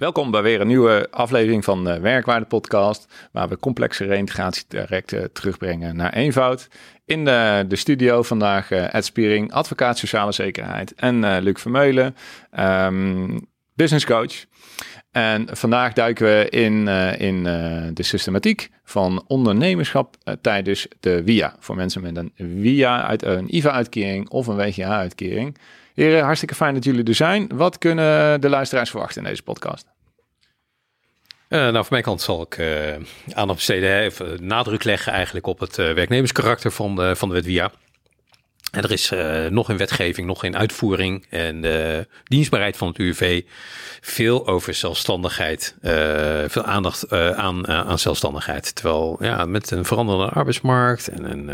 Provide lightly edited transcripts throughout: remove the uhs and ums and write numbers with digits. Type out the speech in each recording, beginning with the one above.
Welkom bij weer een nieuwe aflevering van de Werkwaarde podcast, waar we complexe reïntegratietrajecten terugbrengen naar eenvoud. In de studio vandaag Ed Spiering, advocaat sociale zekerheid, en Luc Vermeulen, business coach. En vandaag duiken we in de systematiek van ondernemerschap tijdens de WIA. Voor mensen met een WIA, een IVA-uitkering of een WGH-uitkering. Heren, hartstikke fijn dat jullie er zijn. Wat kunnen de luisteraars verwachten in deze podcast? Van mijn kant zal ik aandacht besteden, nadruk leggen eigenlijk op het werknemerskarakter van de wet WIA. En er is nog in wetgeving, nog in uitvoering en de dienstbaarheid van het UWV veel over zelfstandigheid, veel aandacht aan zelfstandigheid. Terwijl met een veranderende arbeidsmarkt en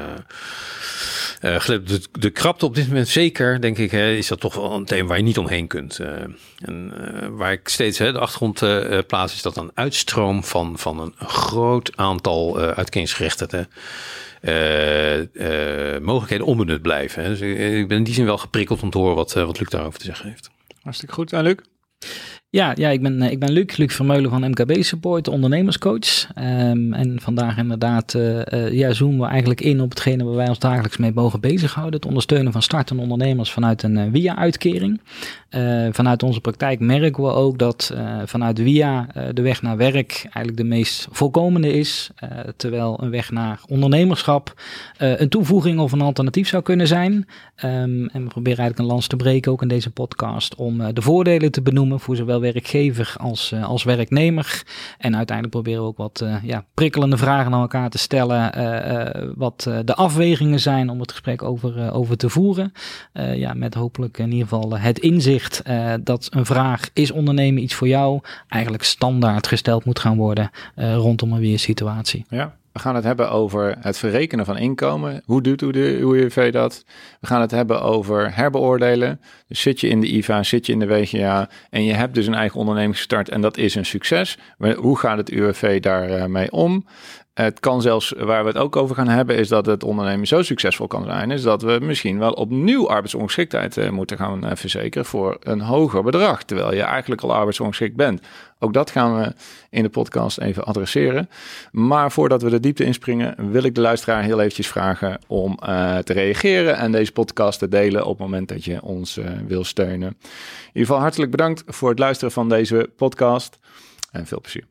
de krapte op dit moment zeker, denk ik, is dat toch wel een thema waar je niet omheen kunt. Waar ik steeds de achtergrond plaats, is dat een uitstroom van een groot aantal uitkeringsgerechtigden mogelijkheden onbenut blijven. Dus ik ben in die zin wel geprikkeld om te horen wat Luc daarover te zeggen heeft. Hartstikke goed. En Luc? Ja, ik ben Luc Vermeulen van MKB Support, ondernemerscoach. En vandaag inderdaad zoomen we eigenlijk in op hetgene waar wij ons dagelijks mee mogen bezighouden. Het ondersteunen van startende ondernemers vanuit een WIA-uitkering. Vanuit onze praktijk merken we ook dat vanuit WIA de weg naar werk eigenlijk de meest voorkomende is. Terwijl een weg naar ondernemerschap een toevoeging of een alternatief zou kunnen zijn. En we proberen eigenlijk een lans te breken, ook in deze podcast, om de voordelen te benoemen voor zowel werkgever als werknemer. En uiteindelijk proberen we ook wat prikkelende vragen aan elkaar te stellen. Wat de afwegingen zijn om het gesprek over te voeren. Met hopelijk in ieder geval het inzicht dat een vraag, is ondernemen iets voor jou, eigenlijk standaard gesteld moet gaan worden rondom een weersituatie. Ja. We gaan het hebben over het verrekenen van inkomen. Hoe doet de UWV dat? We gaan het hebben over herbeoordelen. Dus zit je in de IVA, zit je in de WGA en je hebt dus een eigen onderneming gestart en dat is een succes. Hoe gaat het UWV daarmee om? Het kan zelfs, waar we het ook over gaan hebben, is dat het ondernemen zo succesvol kan zijn, is dat we misschien wel opnieuw arbeidsongeschiktheid moeten gaan verzekeren voor een hoger bedrag, terwijl je eigenlijk al arbeidsongeschikt bent. Ook dat gaan we in de podcast even adresseren. Maar voordat we de diepte inspringen, wil ik de luisteraar heel eventjes vragen om te reageren en deze podcast te delen op het moment dat je ons wil steunen. In ieder geval hartelijk bedankt voor het luisteren van deze podcast en veel plezier.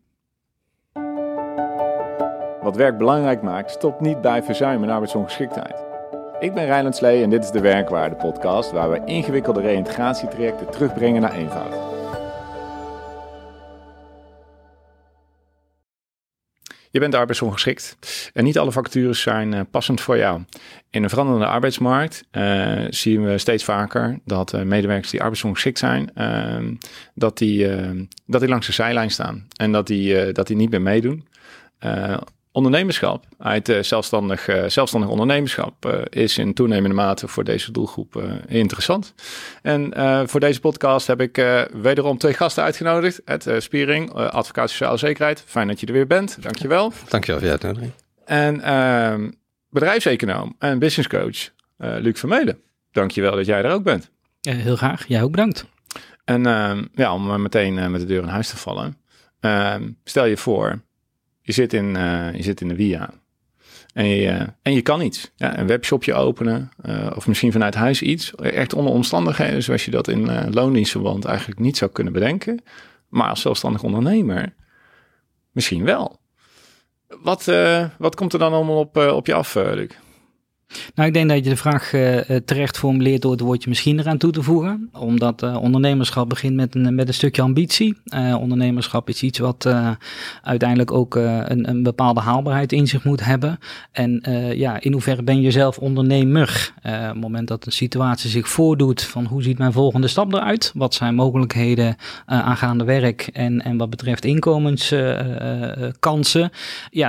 Wat werk belangrijk maakt, stopt niet bij verzuim en arbeidsongeschiktheid. Ik ben Rijnland Slee en dit is de Werkwaarde podcast, waar we ingewikkelde reïntegratietrajecten terugbrengen naar eenvoud. Je bent arbeidsongeschikt en niet alle vacatures zijn passend voor jou. In een veranderende arbeidsmarkt zien we steeds vaker dat medewerkers die arbeidsongeschikt zijn, dat die langs de zijlijn staan en dat die niet meer meedoen. Ondernemerschap, uit zelfstandig ondernemerschap, is in toenemende mate voor deze doelgroep interessant. En voor deze podcast heb ik wederom 2 gasten uitgenodigd. Ed Spiering, advocaat sociale zekerheid. Fijn dat je er weer bent. Dankjewel. Dankjewel voor je uitnodiging. En bedrijfseconoom en businesscoach Luc Vermeulen. Dankjewel dat jij er ook bent. Heel graag. Jij ook bedankt. En om meteen met de deur in huis te vallen. Stel je voor, je zit in de WIA en je kan iets. Ja, een webshopje openen of misschien vanuit huis iets. Echt onder omstandigheden zoals je dat in loondienstverband eigenlijk niet zou kunnen bedenken. Maar als zelfstandig ondernemer misschien wel. Wat komt er dan allemaal op je af, Luc? Nou, ik denk dat je de vraag terecht formuleert door het woordje misschien eraan toe te voegen. Omdat ondernemerschap begint met een stukje ambitie. Ondernemerschap is iets wat uiteindelijk ook een bepaalde haalbaarheid in zich moet hebben. En in hoeverre ben je zelf ondernemer? Op het moment dat een situatie zich voordoet van hoe ziet mijn volgende stap eruit? Wat zijn mogelijkheden aangaande werk en wat betreft inkomenskansen?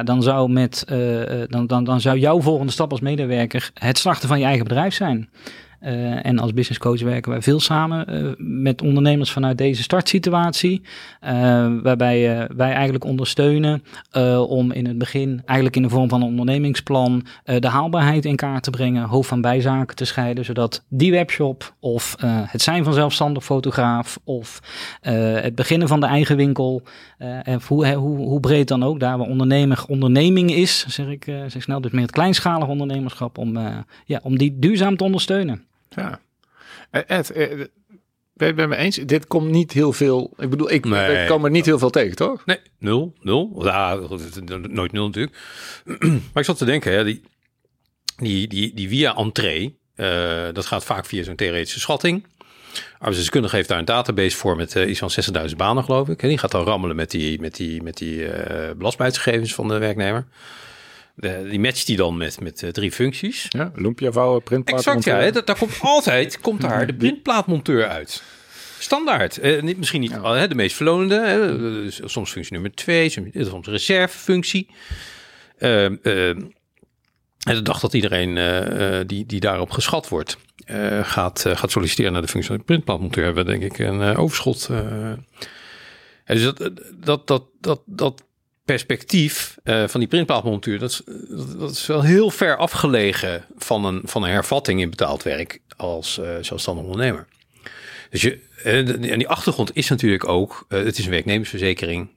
Dan zou jouw volgende stap als medewerker het starten van je eigen bedrijf zijn. En als business coach werken wij veel samen met ondernemers vanuit deze startsituatie. Waarbij wij eigenlijk ondersteunen om in het begin, eigenlijk in de vorm van een ondernemingsplan, de haalbaarheid in kaart te brengen, hoofd van bijzaken te scheiden, zodat die webshop of het zijn van zelfstandig fotograaf of het beginnen van de eigen winkel, hoe breed dan ook, daar waar onderneming is, zeg snel, dus meer het kleinschalig ondernemerschap, om die duurzaam te ondersteunen. Ja. Ed, ben je het met me eens? Dit komt niet heel veel. Ik bedoel, ik kom er niet heel veel tegen, toch? Nee, nul. Ja, nooit nul natuurlijk. Maar ik zat te denken, hè, die via-entree, dat gaat vaak via zo'n theoretische schatting. Arbeidsdeskundige heeft daar een database voor met iets van 60.000 banen, geloof ik. En die gaat dan rammelen met die belastbaarheidsgegevens van de werknemer. Die matcht die dan met 3 functies. Ja, lumpia vouwen, printplaatmonteur. Exact, ja. Daar komt daar de printplaatmonteur uit. Standaard. Misschien niet de meest verlonende. Soms functie nummer 2, soms reservefunctie. En de dag dat iedereen die daarop geschat wordt, gaat solliciteren naar de functie van de printplaatmonteur, hebben we denk ik een overschot. Dus dat perspectief van die printplaatmonteur, dat is wel heel ver afgelegen van een hervatting in betaald werk als zelfstandig ondernemer. Dus en die achtergrond is natuurlijk ook, het is een werknemersverzekering.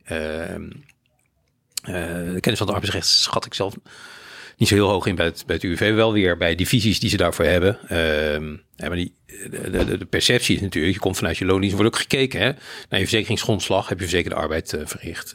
De kennis van de arbeidsrecht schat ik zelf niet zo heel hoog in bij het UWV, wel weer bij divisies die ze daarvoor hebben. Maar de perceptie is natuurlijk, je komt vanuit je loondienst, wordt ook gekeken naar je verzekeringsgrondslag, heb je verzekerde arbeid verricht.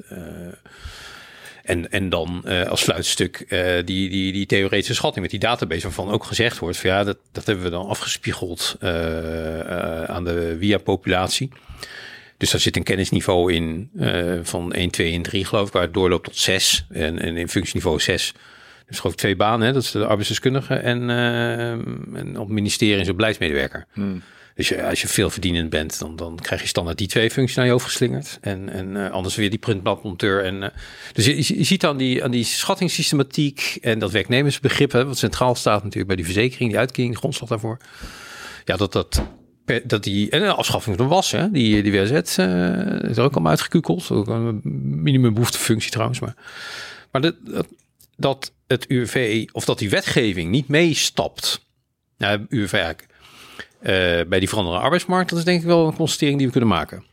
En dan als fluitstuk die theoretische schatting met die database waarvan ook gezegd wordt van ja, dat hebben we dan afgespiegeld aan de WIA-populatie. Dus daar zit een kennisniveau in van 1, 2 en 3 geloof ik, waar het doorloopt tot 6 en in functieniveau 6. Dus geloof ik 2 banen, hè? Dat is de arbeidsdeskundige en op het ministerie is een beleidsmedewerker. Dus als je veel verdienend bent, dan krijg je standaard die 2 functies naar je hoofd geslingerd. En anders weer die printplaatmonteur. Dus je ziet aan die schattingssystematiek en dat werknemersbegrip, hè, wat centraal staat natuurlijk bij die verzekering, die uitkering, de grondslag daarvoor. Ja, dat die en de afschaffing van de was, hè, die WZ is er ook allemaal uitgekukeld. Ook een minimumbehoeftefunctie trouwens. Maar dat het UWV, of dat die wetgeving niet meestapt. Nou, UWV eigenlijk. Bij die veranderende arbeidsmarkt, dat is denk ik wel een constatering die we kunnen maken.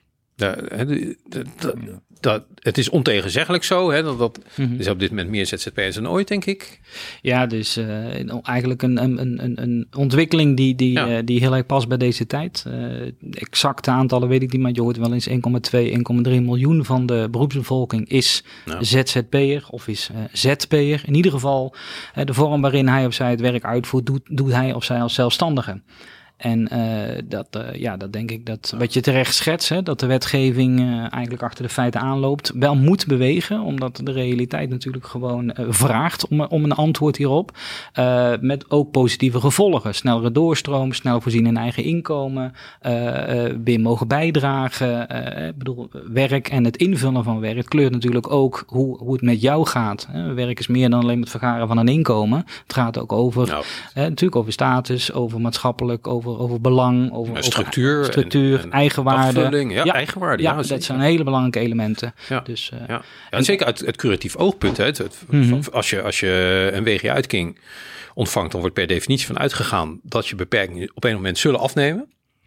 Het is ontegenzeggelijk zo. Hè, dat is op dit moment meer ZZP'ers dan ooit, denk ik. Ja, dus eigenlijk een ontwikkeling die heel erg past bij deze tijd. Exacte aantallen weet ik niet, maar je hoort wel eens 1,2, 1,3 miljoen van de beroepsbevolking is ZZP'er of is ZP'er. In ieder geval de vorm waarin hij of zij het werk uitvoert, doet hij of zij als zelfstandige. En dat denk ik dat wat je terecht schetst, hè, dat de wetgeving eigenlijk achter de feiten aanloopt, wel moet bewegen, omdat de realiteit natuurlijk gewoon vraagt om een antwoord hierop. Met ook positieve gevolgen. Snellere doorstroom, snel voorzien in eigen inkomen, weer mogen bijdragen. Werk en het invullen van werk kleurt natuurlijk ook hoe het met jou gaat. Werk is meer dan alleen het vergaren van een inkomen. Het gaat ook over, natuurlijk over status, over maatschappelijk, over belang, over structuur, eigenwaarde. Eigenwaarde. Ja, dat zijn hele belangrijke elementen. Ja, dus, en zeker uit curatief oogpunt. Hè, als je een WG-uitkering ontvangt, dan wordt per definitie van uitgegaan dat je beperkingen op een moment zullen afnemen.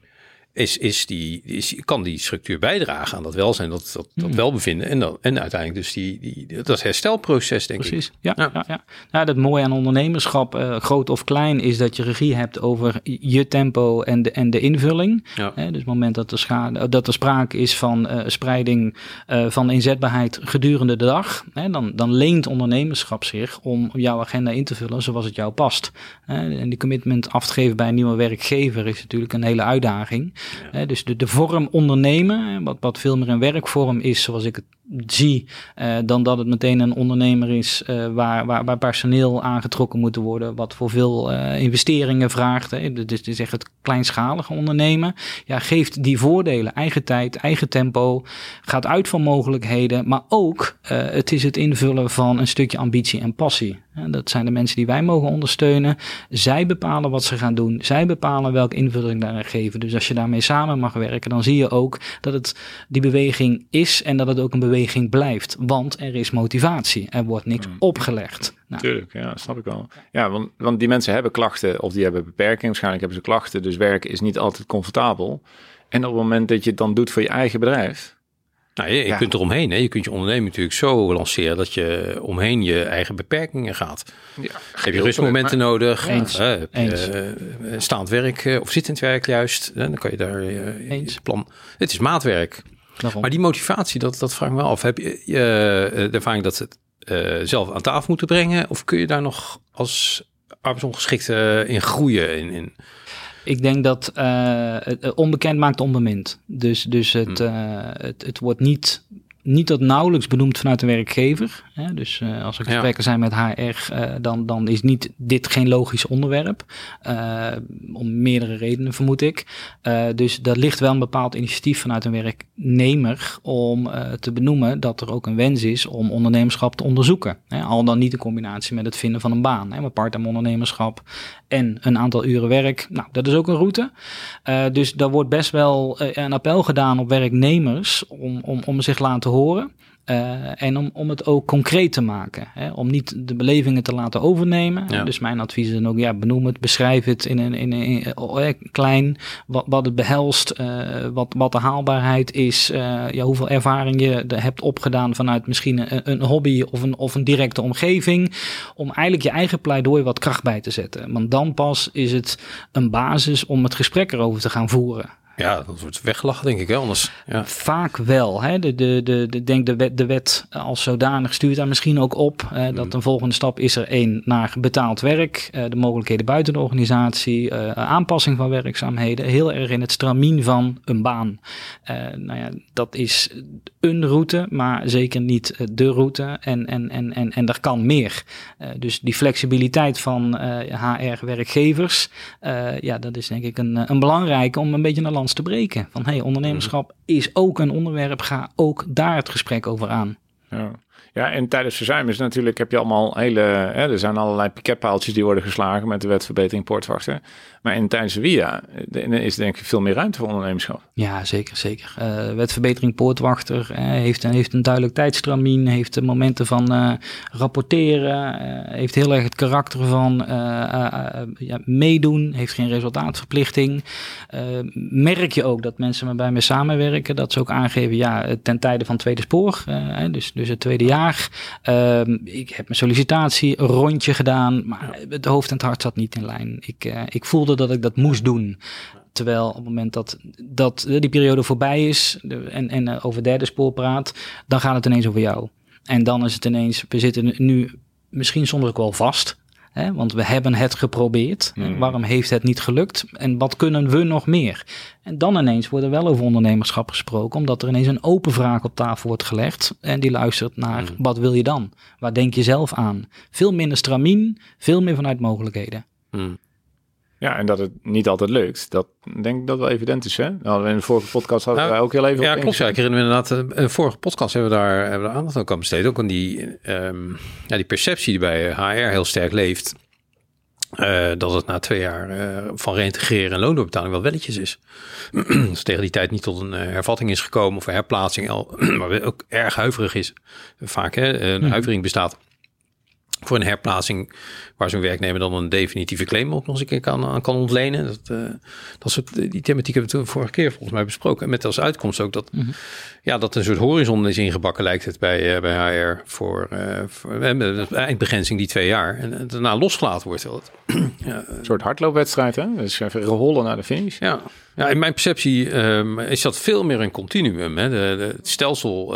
Kan die structuur bijdragen aan dat welzijn, dat welbevinden en uiteindelijk dus dat herstelproces, denk ik. Precies, ja. Dat mooie aan ondernemerschap, groot of klein, is dat je regie hebt over je tempo en de invulling. Ja. Dus op het moment dat er sprake is van spreiding van inzetbaarheid gedurende de dag, dan leent ondernemerschap zich om jouw agenda in te vullen zoals het jou past. En die commitment af te geven bij een nieuwe werkgever is natuurlijk een hele uitdaging. Ja. Dus de vorm ondernemen, wat veel meer een werkvorm is, zoals ik het zie, dan dat het meteen een ondernemer is waar personeel aangetrokken moet worden, wat voor veel investeringen vraagt. Hè. Dus het is echt het kleinschalige ondernemen. Ja, geeft die voordelen, eigen tijd, eigen tempo, gaat uit van mogelijkheden, maar ook het is het invullen van een stukje ambitie en passie. Dat zijn de mensen die wij mogen ondersteunen. Zij bepalen wat ze gaan doen. Zij bepalen welke invulling daaraan geven. Dus als je daarmee samen mag werken, dan zie je ook dat het die beweging is en dat het ook een beweging blijft. Want er is motivatie. Er wordt niks opgelegd. Nou. Tuurlijk, ja, snap ik wel. Ja, want die mensen hebben klachten of die hebben beperkingen. Waarschijnlijk hebben ze klachten. Dus werken is niet altijd comfortabel. En op het moment dat je het dan doet voor je eigen bedrijf. Nou, je kunt er omheen. Hè? Je kunt je onderneming natuurlijk zo lanceren dat je omheen je eigen beperkingen gaat. Ja, heb je rustmomenten nodig? Eens. Staand werk of zittend werk juist. Dan kan je daar eens plan. Het is maatwerk. Daarom. Maar die motivatie, dat vraag ik me wel af. Heb je de ervaring dat ze het zelf aan tafel moeten brengen? Of kun je daar nog als arbeidsongeschikte in groeien? In Ik denk dat het onbekend maakt onbemind. Dus het wordt niet tot nauwelijks benoemd vanuit de werkgever. Hè? Dus als er gesprekken zijn met HR, dan is niet dit geen logisch onderwerp. Om meerdere redenen, vermoed ik. Dus dat ligt wel een bepaald initiatief vanuit een werknemer om te benoemen dat er ook een wens is om ondernemerschap te onderzoeken. Hè? Al dan niet in combinatie met het vinden van een baan. Hè? Maar part-time ondernemerschap en een aantal uren werk. Nou, dat is ook een route. Dus daar wordt best wel een appel gedaan op werknemers om zich laten horen. En om het ook concreet te maken. Hè? Om niet de belevingen te laten overnemen. Ja. Dus mijn advies is dan ook, benoem het, beschrijf het in klein. Wat het behelst, wat de haalbaarheid is. Hoeveel ervaring je hebt opgedaan vanuit misschien een hobby of een directe omgeving. Om eigenlijk je eigen pleidooi wat kracht bij te zetten. Want dan pas is het een basis om het gesprek erover te gaan voeren. Ja, dat wordt weggelachen, denk ik, hè, anders. Ja. Vaak wel. Hè? De wet als zodanig stuurt daar misschien ook op. Dat een volgende stap is er 1 naar betaald werk. De mogelijkheden buiten de organisatie. Aanpassing van werkzaamheden. Heel erg in het stramien van een baan. Dat is een route, maar zeker niet de route. En er kan meer. Dus die flexibiliteit van HR-werkgevers. Dat is denk ik een belangrijke om een beetje naar te breken. Van ondernemerschap is ook een onderwerp. Ga ook daar het gesprek over aan. Ja, en tijdens verzuim is natuurlijk, heb je allemaal er zijn allerlei piketpaaltjes die worden geslagen met de wet verbetering poortwachter. Maar tijdens de WIA is denk ik veel meer ruimte voor ondernemerschap. Ja, zeker. Wet verbetering poortwachter heeft een duidelijk tijdstramien, heeft de momenten van rapporteren, heeft heel erg het karakter van meedoen, heeft geen resultaatverplichting. Merk je ook dat mensen bij me samenwerken, dat ze ook aangeven, ten tijde van tweede spoor, dus het tweede jaar. Ik heb mijn sollicitatie een rondje gedaan, maar het hoofd en het hart zat niet in lijn. Ik voelde dat ik dat moest doen. Terwijl op het moment dat die periode voorbij is en over derde spoor praat, dan gaat het ineens over jou. En dan is het ineens, we zitten nu misschien soms ook wel vast. Hè, want we hebben het geprobeerd. Waarom heeft het niet gelukt? En wat kunnen we nog meer? En dan ineens wordt er wel over ondernemerschap gesproken, omdat er ineens een open vraag op tafel wordt gelegd. En die luistert naar, wat wil je dan? Waar denk je zelf aan? Veel minder stramien, veel meer vanuit mogelijkheden. Ja, en dat het niet altijd lukt. Dat denk ik dat wel evident is, hè? Nou, in de vorige podcast hadden wij ook heel even... Ja, klopt. Ja, ik herinner me inderdaad, in de vorige podcast hebben we daar aandacht ook aan besteed. Ook aan die perceptie die bij HR heel sterk leeft. Dat het na 2 jaar van reïntegreren en loondoorbetaling wel welletjes is. Dus tegen die tijd niet tot een hervatting is gekomen of een herplaatsing, maar ook erg huiverig is. Vaak een huivering bestaat voor een herplaatsing waar zo'n werknemer dan een definitieve claim ook nog eens een keer kan ontlenen. Die thematiek hebben we de vorige keer volgens mij besproken. Met als uitkomst ook dat, dat een soort horizon is ingebakken, lijkt het bij HR voor de eindbegrenzing die 2 jaar. En daarna losgelaten wordt. Een soort hardloopwedstrijd, hè? Dus even rollen naar de finish. Ja, in mijn perceptie is dat veel meer een continuum. Hè? Het stelsel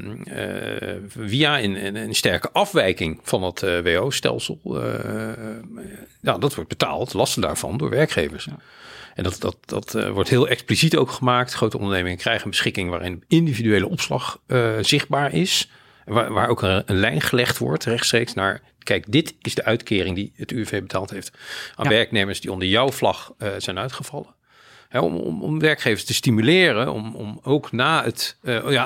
via een sterke afwijking van het WO-stelsel. Dat wordt betaald, lasten daarvan, door werkgevers. Ja. En dat wordt heel expliciet ook gemaakt. Grote ondernemingen krijgen een beschikking waarin individuele opslag zichtbaar is. Waar ook een lijn gelegd wordt rechtstreeks naar... Kijk, dit is de uitkering die het UWV betaald heeft aan werknemers die onder jouw vlag zijn uitgevallen. Om werkgevers te stimuleren om ook na het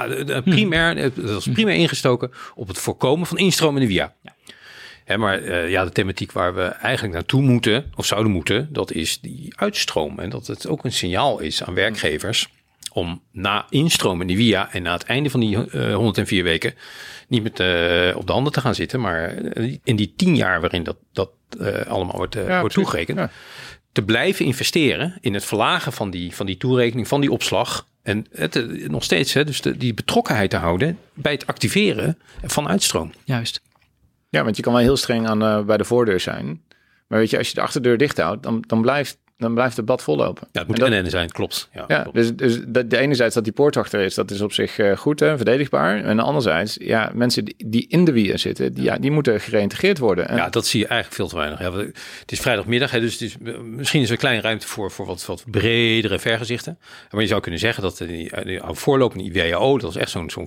dat is primair ingestoken op het voorkomen van instroom in de via. Ja. Maar de thematiek waar we eigenlijk naartoe moeten of zouden moeten, dat is die uitstroom. En dat het ook een signaal is aan werkgevers om na instroom in de via en na het einde van die 104 weken niet met op de handen te gaan zitten, maar in die 10 jaar waarin dat allemaal wordt toegerekend. Ja. Te blijven investeren in het verlagen van die toerekening, van die opslag. En nog steeds, dus die betrokkenheid te houden bij het activeren van uitstroom. Juist. Ja, want je kan wel heel streng bij de voordeur zijn. Maar weet je, als je de achterdeur dicht houdt, dan blijft het bad vollopen. Ja, het moet en zijn, klopt. Ja, klopt. Dus de enerzijds dat die poortwachter is, dat is op zich goed en verdedigbaar. En anderzijds, mensen die in de via zitten, die moeten gereïntegreerd worden. Ja, dat zie je eigenlijk veel te weinig. Ja, het is vrijdagmiddag, dus misschien is er een kleine ruimte voor wat bredere vergezichten. Maar je zou kunnen zeggen dat die voorlopende IWAO, dat is echt zo'n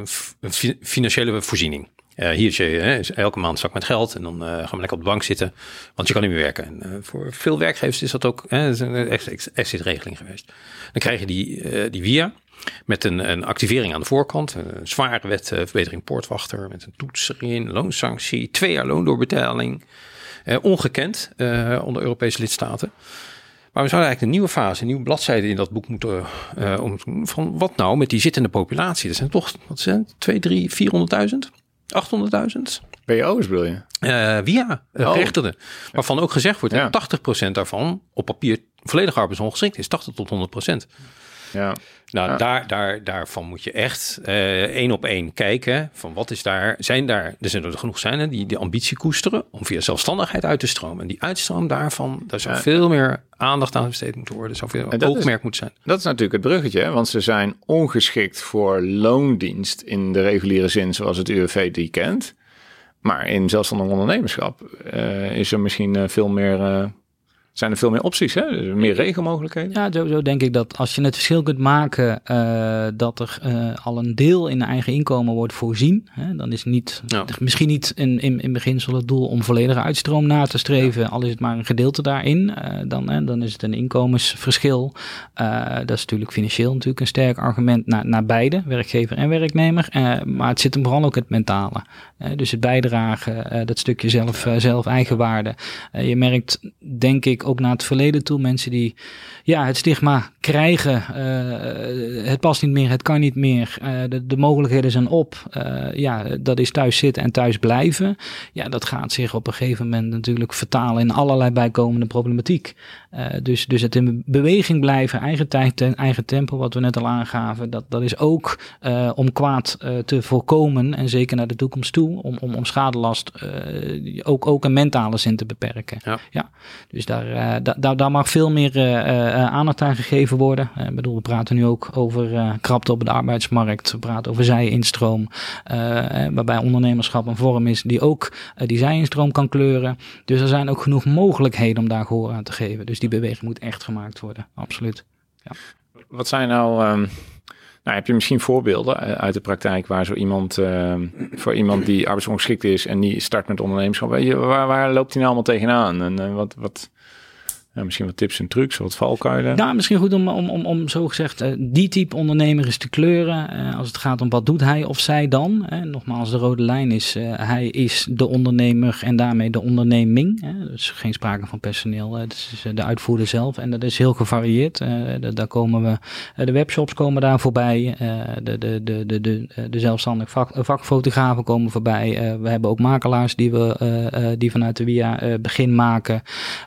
financiële voorziening. Hier is elke maand zak met geld en dan gaan we lekker op de bank zitten, want je kan niet meer werken. En voor veel werkgevers is dat ook een exit-regeling geweest. Dan krijg je die via met een activering aan de voorkant, een zware wet verbetering poortwachter met een toets erin, loonsanctie, 2 jaar loondoorbetaling, ongekend onder Europese lidstaten. Maar we zouden eigenlijk een nieuwe fase, een nieuwe bladzijde in dat boek moeten van wat nou met die zittende populatie. Dat zijn toch, wat zijn 2, 3, 400.000? 800.000? PO's bedoel je? Via gerechtigden. Waarvan ook gezegd wordt dat 80% daarvan op papier volledig arbeidsongeschikt is. 80 tot 100%. Ja. Nou, daarvan moet je echt 1 op 1 kijken van wat is daar. Er zijn er genoeg die de ambitie koesteren om via zelfstandigheid uit te stromen. En die uitstroom daarvan, daar zou veel meer aandacht aan besteed moeten worden. Zou veel oogmerk moeten zijn. Dat is natuurlijk het bruggetje, hè? Want ze zijn ongeschikt voor loondienst in de reguliere zin zoals het UWV die kent. Maar in zelfstandig ondernemerschap is er misschien zijn er veel meer opties, hè? Dus meer regelmogelijkheden. Ja, zo denk ik dat als je het verschil kunt maken dat er al een deel in de eigen inkomen wordt voorzien, hè, dan is misschien niet in beginsel het doel om volledige uitstroom na te streven, al is het maar een gedeelte daarin, dan is het een inkomensverschil. Dat is natuurlijk financieel natuurlijk een sterk argument naar beide, werkgever en werknemer, maar het zit hem vooral ook het mentale. Dus het bijdragen, dat stukje zelf eigenwaarde. Je merkt, denk ik, ook naar het verleden toe, mensen die het stigma krijgen, het past niet meer, het kan niet meer, de mogelijkheden zijn op, dat is thuis zitten en thuis blijven. Ja, dat gaat zich op een gegeven moment natuurlijk vertalen in allerlei bijkomende problematiek. Dus het in beweging blijven, eigen tijd en eigen tempo, wat we net al aangaven, dat is ook om kwaad te voorkomen en zeker naar de toekomst toe, om schadelast ook een mentale zin te beperken. Ja. Dus daar mag veel meer aandacht aan gegeven worden. We praten nu ook over krapte op de arbeidsmarkt, we praten over zij-instroom, waarbij ondernemerschap een vorm is die ook die zij-instroom kan kleuren. Dus er zijn ook genoeg mogelijkheden om daar gehoor aan te geven. Dus die beweging moet echt gemaakt worden, absoluut. Ja. Wat zijn nou heb je misschien voorbeelden uit de praktijk waar zo iemand, voor iemand die arbeidsongeschikt is en die start met ondernemerschap, waar loopt hij nou allemaal tegenaan? En misschien wat tips en trucs, wat valkuilen? Nou, misschien goed om zo gezegd die type ondernemer is te kleuren. Als het gaat om wat doet hij of zij dan. Nogmaals, de rode lijn is hij is de ondernemer en daarmee de onderneming. Dus geen sprake van personeel. Het is de uitvoerder zelf en dat is heel gevarieerd. Daar komen de webshops komen daar voorbij. De zelfstandig vakfotografen komen voorbij. We hebben ook makelaars die vanuit de via begin maken.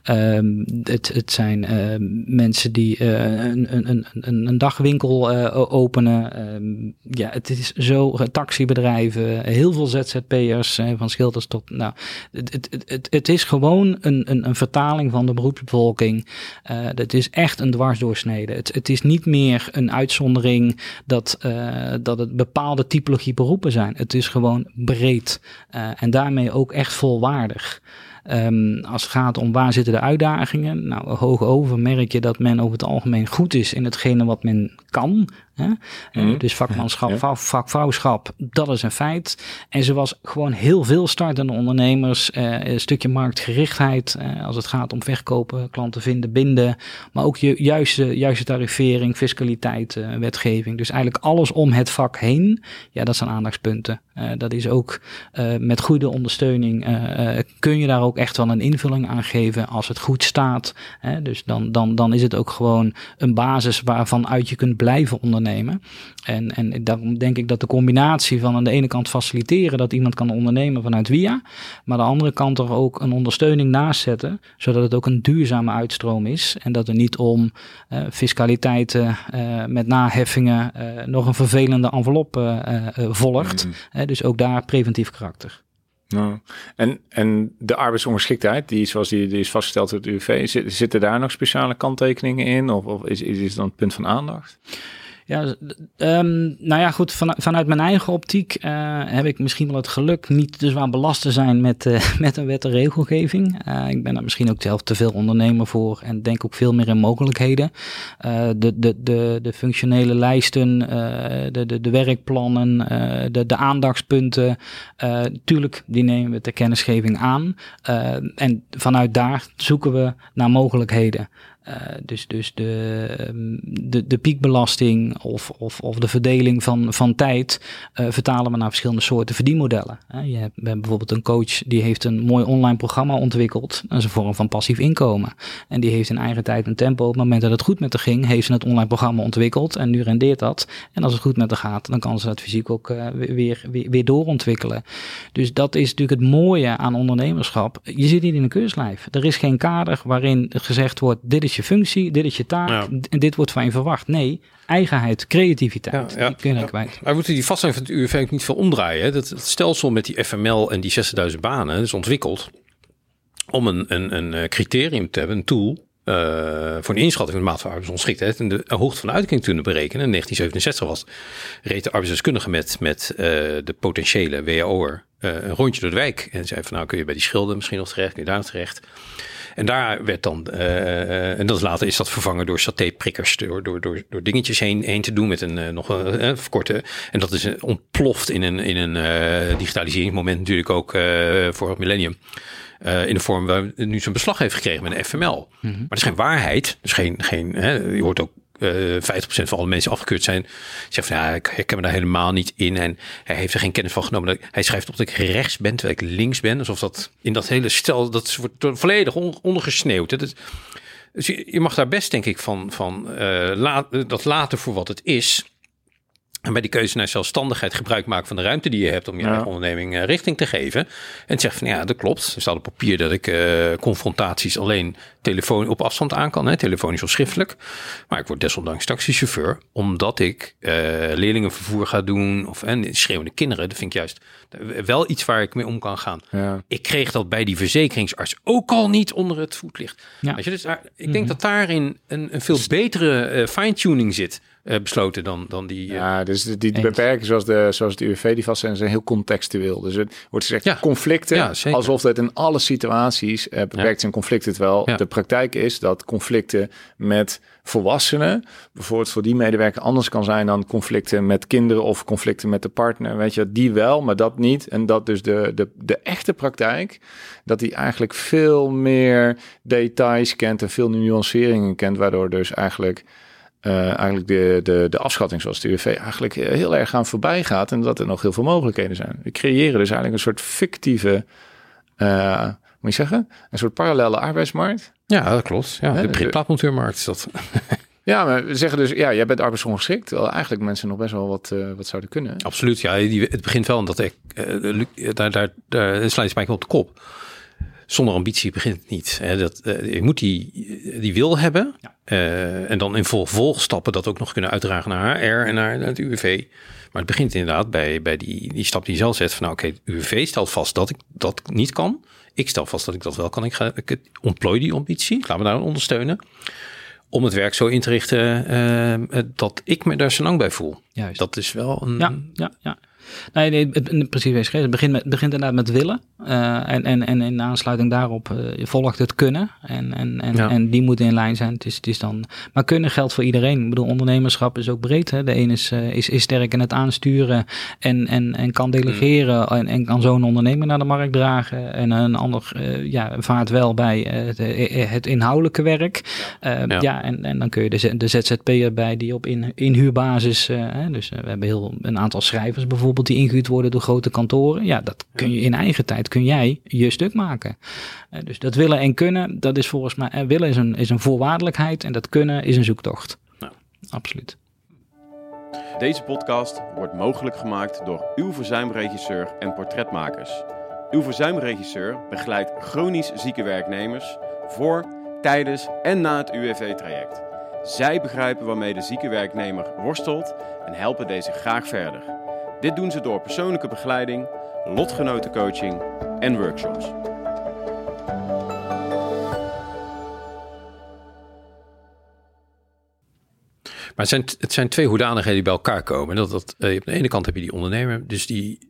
Het zijn mensen die een dagwinkel openen. Het is zo, taxibedrijven, heel veel ZZP'ers, van schilders tot... Nou, het is gewoon een vertaling van de beroepsbevolking. Het is echt een dwarsdoorsnede. Het is niet meer een uitzondering dat het bepaalde typologie beroepen zijn. Het is gewoon breed en daarmee ook echt volwaardig. Als het gaat om waar zitten de uitdagingen, nou, hoog over merk je dat men over het algemeen goed is in hetgene wat men kan. Dus vakmanschap, vakvrouwschap, dat is een feit. En ze was gewoon heel veel startende ondernemers, een stukje marktgerichtheid als het gaat om verkopen, klanten vinden, binden, maar ook juiste tarivering, fiscaliteit, wetgeving. Dus eigenlijk alles om het vak heen, ja, dat zijn aandachtspunten. Dat is ook met goede ondersteuning kun je daar ook echt wel een invulling aan geven als het goed staat. Dus dan is het ook gewoon een basis waarvan uit je kunt blijven ondernemen. En daarom denk ik dat de combinatie van aan de ene kant faciliteren dat iemand kan ondernemen vanuit WIA, maar aan de andere kant er ook een ondersteuning naast zetten, zodat het ook een duurzame uitstroom is en dat er niet om fiscaliteiten met naheffingen nog een vervelende envelop volgt. Dus ook daar preventief karakter. Nou, en de arbeidsongeschiktheid, die is vastgesteld door het UWV, zitten daar nog speciale kanttekeningen in? Of is dat een punt van aandacht? Ja, nou ja, goed, vanuit mijn eigen optiek heb ik misschien wel het geluk niet te zwaar belast te zijn met een wet en regelgeving. Ik ben daar misschien ook zelf te veel ondernemer voor en denk ook veel meer in mogelijkheden. De functionele lijsten, de werkplannen, de aandachtspunten, tuurlijk, die nemen we ter kennisgeving aan. En vanuit daar zoeken we naar mogelijkheden. Dus de piekbelasting of de verdeling van tijd vertalen we naar verschillende soorten verdienmodellen. We hebben bijvoorbeeld een coach die heeft een mooi online programma ontwikkeld. Dat is een vorm van passief inkomen. En die heeft in eigen tijd en tempo, op het moment dat het goed met haar ging, heeft ze het online programma ontwikkeld en nu rendeert dat. En als het goed met haar gaat, dan kan ze dat fysiek ook weer doorontwikkelen. Dus dat is natuurlijk het mooie aan ondernemerschap. Je zit niet in een keurslijf. Er is geen kader waarin gezegd wordt, dit is je functie, dit is je taak en dit wordt van je verwacht. Nee, eigenheid, creativiteit, die kun je kwijt. Maar we moeten die vaststelling van het UWV ook niet veel omdraaien. Hè? Dat stelsel met die FML en die 60.000 banen is ontwikkeld om een criterium te hebben, een tool, voor een inschatting van de maat van arbeidsongeschiktheid en de hoogte van de uitkering te kunnen berekenen. In 1967 reed de arbeidsdeskundige met de potentiële WAO'er een rondje door de wijk en zei van nou kun je bij die schilden misschien nog terecht, kun je daar nog terecht. En daar werd dan, en dat later is dat vervangen door satéprikkers, door dingetjes heen te doen met een verkorte. En dat is ontploft in een digitaliseringsmoment natuurlijk ook voor het millennium. In de vorm waar nu zo'n beslag heeft gekregen met een FML. Mm-hmm. Maar dat is geen waarheid. Dus je hoort ook 50% van alle mensen afgekeurd zijn. Zegt van ja, ik herken me daar helemaal niet in. En hij heeft er geen kennis van genomen. Hij schrijft op dat ik rechts ben, terwijl ik links ben. Alsof dat in dat hele stel, dat wordt volledig ondergesneeuwd. Dus je mag daar best, denk ik, dat laten voor wat het is. En bij die keuze naar zelfstandigheid gebruik maken van de ruimte die je hebt om je eigen onderneming richting te geven. En zeg van ja, dat klopt. Er staat op papier dat ik confrontaties alleen op afstand aan kan, telefonisch of schriftelijk. Maar ik word desondanks taxichauffeur, omdat ik leerlingenvervoer ga doen en schreeuwende kinderen. Dat vind ik juist wel iets waar ik mee om kan gaan. Ja. Ik kreeg dat bij die verzekeringsarts ook al niet onder het voetlicht. Ja. Weet je, dus ik denk dat daarin een veel betere fine-tuning zit. Besloten dan die... Ja, dus die beperking zoals het UWV die vaststellen zijn heel contextueel. Dus het wordt gezegd conflicten, alsof dat in alle situaties beperkt zijn conflicten. Terwijl de praktijk is dat conflicten met volwassenen, bijvoorbeeld voor die medewerker anders kan zijn dan conflicten met kinderen of conflicten met de partner. Weet je, die wel, maar dat niet. En dat dus de echte praktijk, dat die eigenlijk veel meer details kent en veel nuanceringen kent, waardoor dus eigenlijk de afschatting zoals de UWV eigenlijk heel erg aan voorbij gaat en dat er nog heel veel mogelijkheden zijn. We creëren dus eigenlijk een soort fictieve, moet je zeggen, een soort parallele arbeidsmarkt. Ja, dat klopt. Ja, de printplaatmonteurmarkt is dat. Ja, maar we zeggen dus, jij bent arbeidsongeschikt. Terwijl eigenlijk mensen nog best wel wat zouden kunnen. Absoluut, ja. Het begint wel, en dat daar sla je spijker op de kop. Zonder ambitie begint het niet. Je moet die wil hebben. Ja. En dan in volgstappen dat ook nog kunnen uitdragen naar HR en naar het UWV. Maar het begint inderdaad bij die stap die je zelf zet. Van nou, oké, UWV stelt vast dat ik dat niet kan. Ik stel vast dat ik dat wel kan. Ik ontplooi die ambitie. Laten we daar ondersteunen. Om het werk zo in te richten dat ik me daar zo lang bij voel. Juist. Dat is wel een... Ja. Nee, precies. Het begint inderdaad met willen. En in aansluiting daarop volgt het kunnen. En die moeten in lijn zijn. Het is dan, maar kunnen geldt voor iedereen. Ik bedoel, ondernemerschap is ook breed. Hè? De een is sterk in het aansturen en kan delegeren. En kan zo een ondernemer naar de markt dragen. En een ander vaart wel bij het inhoudelijke werk. En dan kun je de ZZP'er bij die op inhuurbasis. Dus we hebben een aantal schrijvers bijvoorbeeld die ingehuurd worden door grote kantoren. Ja, dat kun je in eigen tijd, kun jij je stuk maken. Dus dat willen en kunnen, dat is volgens mij, willen is een voorwaardelijkheid en dat kunnen is een zoektocht. Ja. Absoluut. Deze podcast wordt mogelijk gemaakt door uw verzuimregisseur en portretmakers. Uw verzuimregisseur begeleidt chronisch zieke werknemers voor, tijdens en na het UWV-traject. Zij begrijpen waarmee de zieke werknemer worstelt en helpen deze graag verder. Dit doen ze door persoonlijke begeleiding, lotgenotencoaching en workshops. Maar het zijn twee hoedanigheden die bij elkaar komen. Op de ene kant heb je die ondernemer, dus die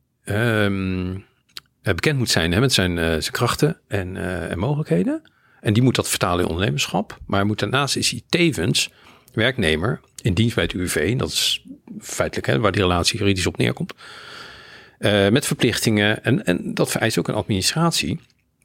bekend moet zijn met zijn krachten en mogelijkheden. En die moet dat vertalen in ondernemerschap. Maar daarnaast is hij tevens werknemer in dienst bij het UWV. Dat is feitelijk waar die relatie juridisch op neerkomt. Met verplichtingen. En dat vereist ook een administratie.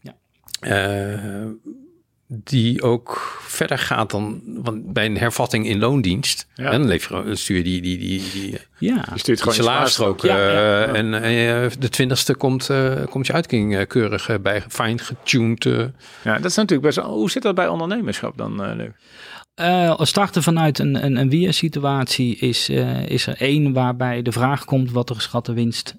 Ja. Die ook verder gaat dan bij een hervatting in loondienst. Ja. En dan stuur je die salarisstrook. En de 20ste komt je uitkering keurig bij fijn getuned. Ja, dat is natuurlijk best. Hoe zit dat bij ondernemerschap dan, Luc? Starten vanuit een WIA-situatie is er één waarbij de vraag komt wat de geschatte winst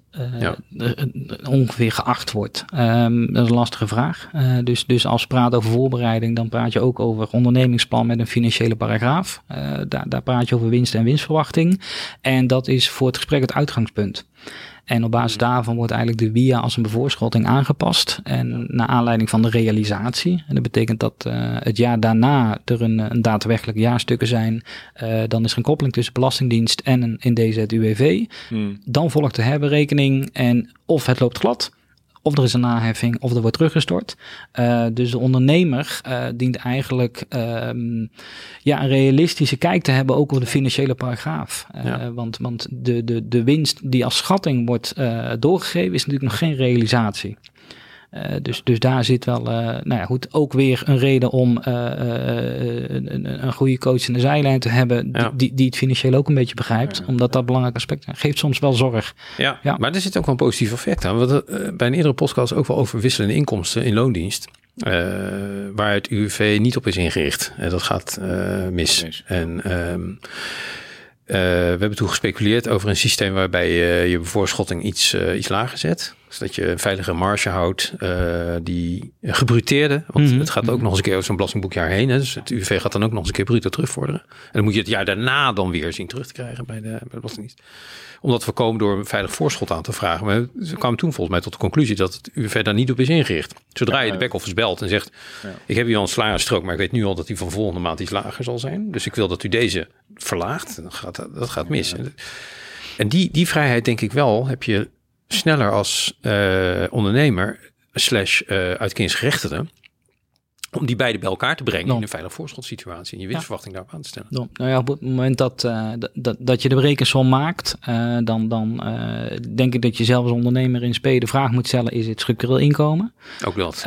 ongeveer geacht wordt. Dat is een lastige vraag. Dus als je praat over voorbereiding, dan praat je ook over ondernemingsplan met een financiële paragraaf. Daar praat je over winst en winstverwachting. En dat is voor het gesprek het uitgangspunt. En op basis daarvan wordt eigenlijk de WIA als een bevoorschotting aangepast. En naar aanleiding van de realisatie. En dat betekent dat het jaar daarna er een daadwerkelijk jaarstukken zijn. Dan is er een koppeling tussen Belastingdienst en in deze het UWV. Dan volgt de herberekening en of het loopt glad. Of er is een naheffing, of er wordt teruggestort. Dus de ondernemer dient eigenlijk een realistische kijk te hebben ook op de financiële paragraaf. Want de winst die als schatting wordt doorgegeven is natuurlijk nog geen realisatie. Dus daar zit wel, ook weer een reden om een goede coach in de zijlijn te hebben die het financieel ook een beetje begrijpt. Omdat dat een belangrijk aspect is. Geeft soms wel zorg. Ja. Maar er zit ook wel een positief effect aan. We hadden bij een eerdere podcast ook wel over wisselende inkomsten in loondienst. Waar het UWV niet op is ingericht. Dat gaat mis. En we hebben toen gespeculeerd over een systeem waarbij je bevoorschotting iets lager zet. Zodat je een veilige marge houdt die gebruteerde. Want het gaat ook nog eens een keer over zo'n belastingboekjaar heen. Hè. Dus het UWV gaat dan ook nog eens een keer bruto terugvorderen. En dan moet je het jaar daarna dan weer zien terug te krijgen bij de Belastingdienst. Om dat te voorkomen door een veilig voorschot aan te vragen. Maar ze kwamen toen volgens mij tot de conclusie dat het UWV daar niet op is ingericht. Zodra je de back-office belt en zegt, ik heb hier al een salarisstrook, maar ik weet nu al dat die van volgende maand iets lager zal zijn. Dus ik wil dat u deze verlaagt. Dat gaat mis. En die vrijheid denk ik wel heb je sneller als ondernemer / uitkeringsgerechtigde om die beide bij elkaar te brengen in een veilige voorschotsituatie en je winstverwachting daarop aan te stellen. Op het moment dat je de berekensom maakt, dan denk ik dat je zelf als ondernemer in spe de vraag moet stellen, is het structureel inkomen? Ook dat,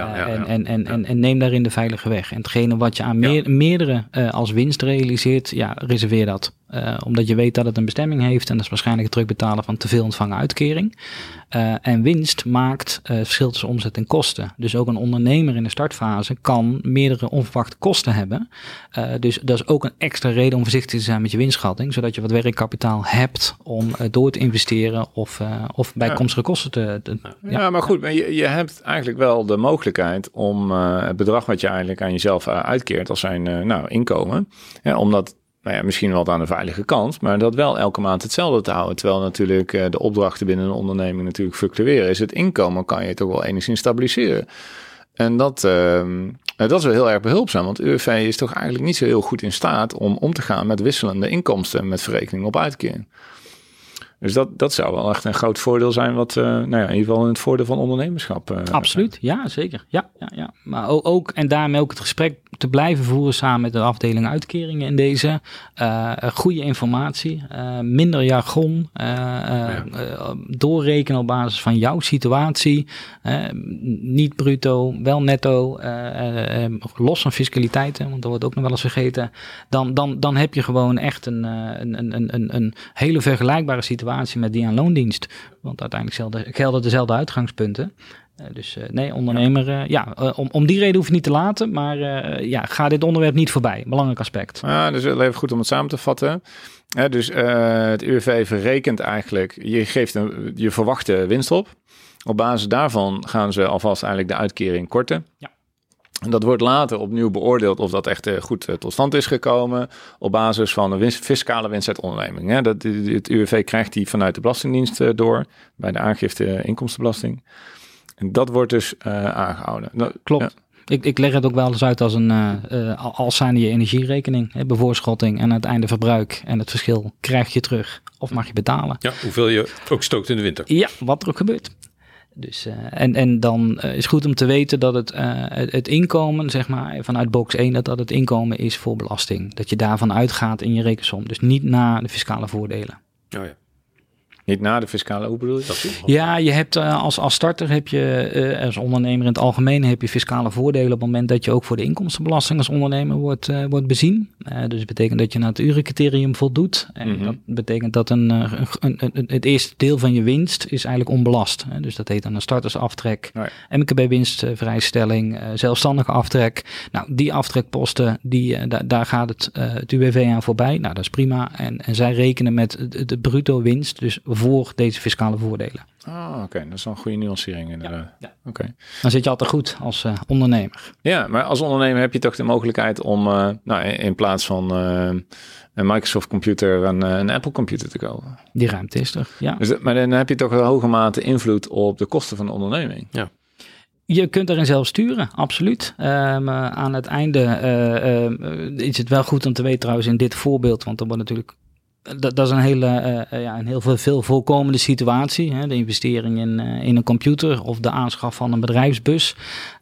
En neem daarin de veilige weg. En hetgene wat je aan meerdere als winst realiseert, reserveer dat. Omdat je weet dat het een bestemming heeft en dat is waarschijnlijk het terugbetalen van te veel ontvangen uitkering. En winst maakt verschil tussen omzet en kosten. Dus ook een ondernemer in de startfase kan meerdere onverwachte kosten hebben. Dus dat is ook een extra reden om voorzichtig te zijn met je winstschatting, zodat je wat werkkapitaal hebt om door te investeren of bijkomstige kosten te maar goed, maar je hebt eigenlijk wel de mogelijkheid om het bedrag wat je eigenlijk aan jezelf uitkeert als zijn inkomen, omdat misschien wel aan de veilige kant, maar dat wel elke maand hetzelfde te houden. Terwijl natuurlijk de opdrachten binnen een onderneming natuurlijk fluctueren. Is het inkomen kan je toch wel enigszins stabiliseren. En dat is wel heel erg behulpzaam, want UWV is toch eigenlijk niet zo heel goed in staat om te gaan met wisselende inkomsten met verrekening op uitkering. Dus dat zou wel echt een groot voordeel zijn, wat in ieder geval in het voordeel van ondernemerschap. Absoluut, ja, zeker. Ja. Maar ook, en daarmee ook het gesprek te blijven voeren samen met de afdeling uitkeringen in deze. Goede informatie, minder jargon, doorrekenen op basis van jouw situatie. Niet bruto, wel netto, los van fiscaliteit, want dat wordt ook nog wel eens vergeten. Dan heb je gewoon echt een hele vergelijkbare situatie met die aan loondienst. Want uiteindelijk gelden dezelfde uitgangspunten. Ondernemer, om die reden hoef je niet te laten. Maar ga dit onderwerp niet voorbij. Belangrijk aspect. Dus wel even goed om het samen te vatten. Het UWV verrekent eigenlijk, je geeft je verwachte winst op. Op basis daarvan gaan ze alvast eigenlijk de uitkering korten. Ja. En dat wordt later opnieuw beoordeeld of dat echt goed tot stand is gekomen op basis van een fiscale winst uit onderneming. Het UWV krijgt die vanuit de Belastingdienst door bij de aangifte inkomstenbelasting. En dat wordt dus aangehouden. Klopt. Ja. Ik leg het ook wel eens uit als als zijnde je energierekening, bevoorschotting en het einde verbruik en het verschil krijg je terug of mag je betalen. Ja, hoeveel je ook stookt in de winter. Ja, wat er ook gebeurt. Dus, en dan is het goed om te weten dat het inkomen, zeg maar, vanuit box 1, dat het inkomen is voor belasting. Dat je daarvan uitgaat in je rekensom. Dus niet na de fiscale voordelen. Oh ja. Niet na de fiscale, hoe bedoel je dat? Ja, je hebt als starter heb je, als ondernemer in het algemeen, heb je fiscale voordelen op het moment dat je ook voor de inkomstenbelasting als ondernemer wordt bezien. Dus dat betekent dat je naar het urencriterium voldoet. En dat betekent dat het eerste deel van je winst is eigenlijk onbelast. Dus dat heet dan een startersaftrek, MKB-winstvrijstelling, zelfstandige aftrek. Nou, die aftrekposten, daar gaat het UWV aan voorbij. Nou, dat is prima. En zij rekenen met de bruto winst, dus voor deze fiscale voordelen. Oké. Dat is wel een goede nuancering inderdaad. Ja. Okay. Dan zit je altijd goed als ondernemer. Ja, maar als ondernemer heb je toch de mogelijkheid om in plaats van een Microsoft computer een Apple computer te kopen. Die ruimte is er, ja. Dus maar dan heb je toch een hoge mate invloed op de kosten van de onderneming. Ja. Je kunt erin zelf sturen, absoluut. Aan het einde is het wel goed om te weten trouwens in dit voorbeeld, want er wordt natuurlijk... Dat is een heel veel voorkomende situatie. Hè? De investering in een computer of de aanschaf van een bedrijfsbus.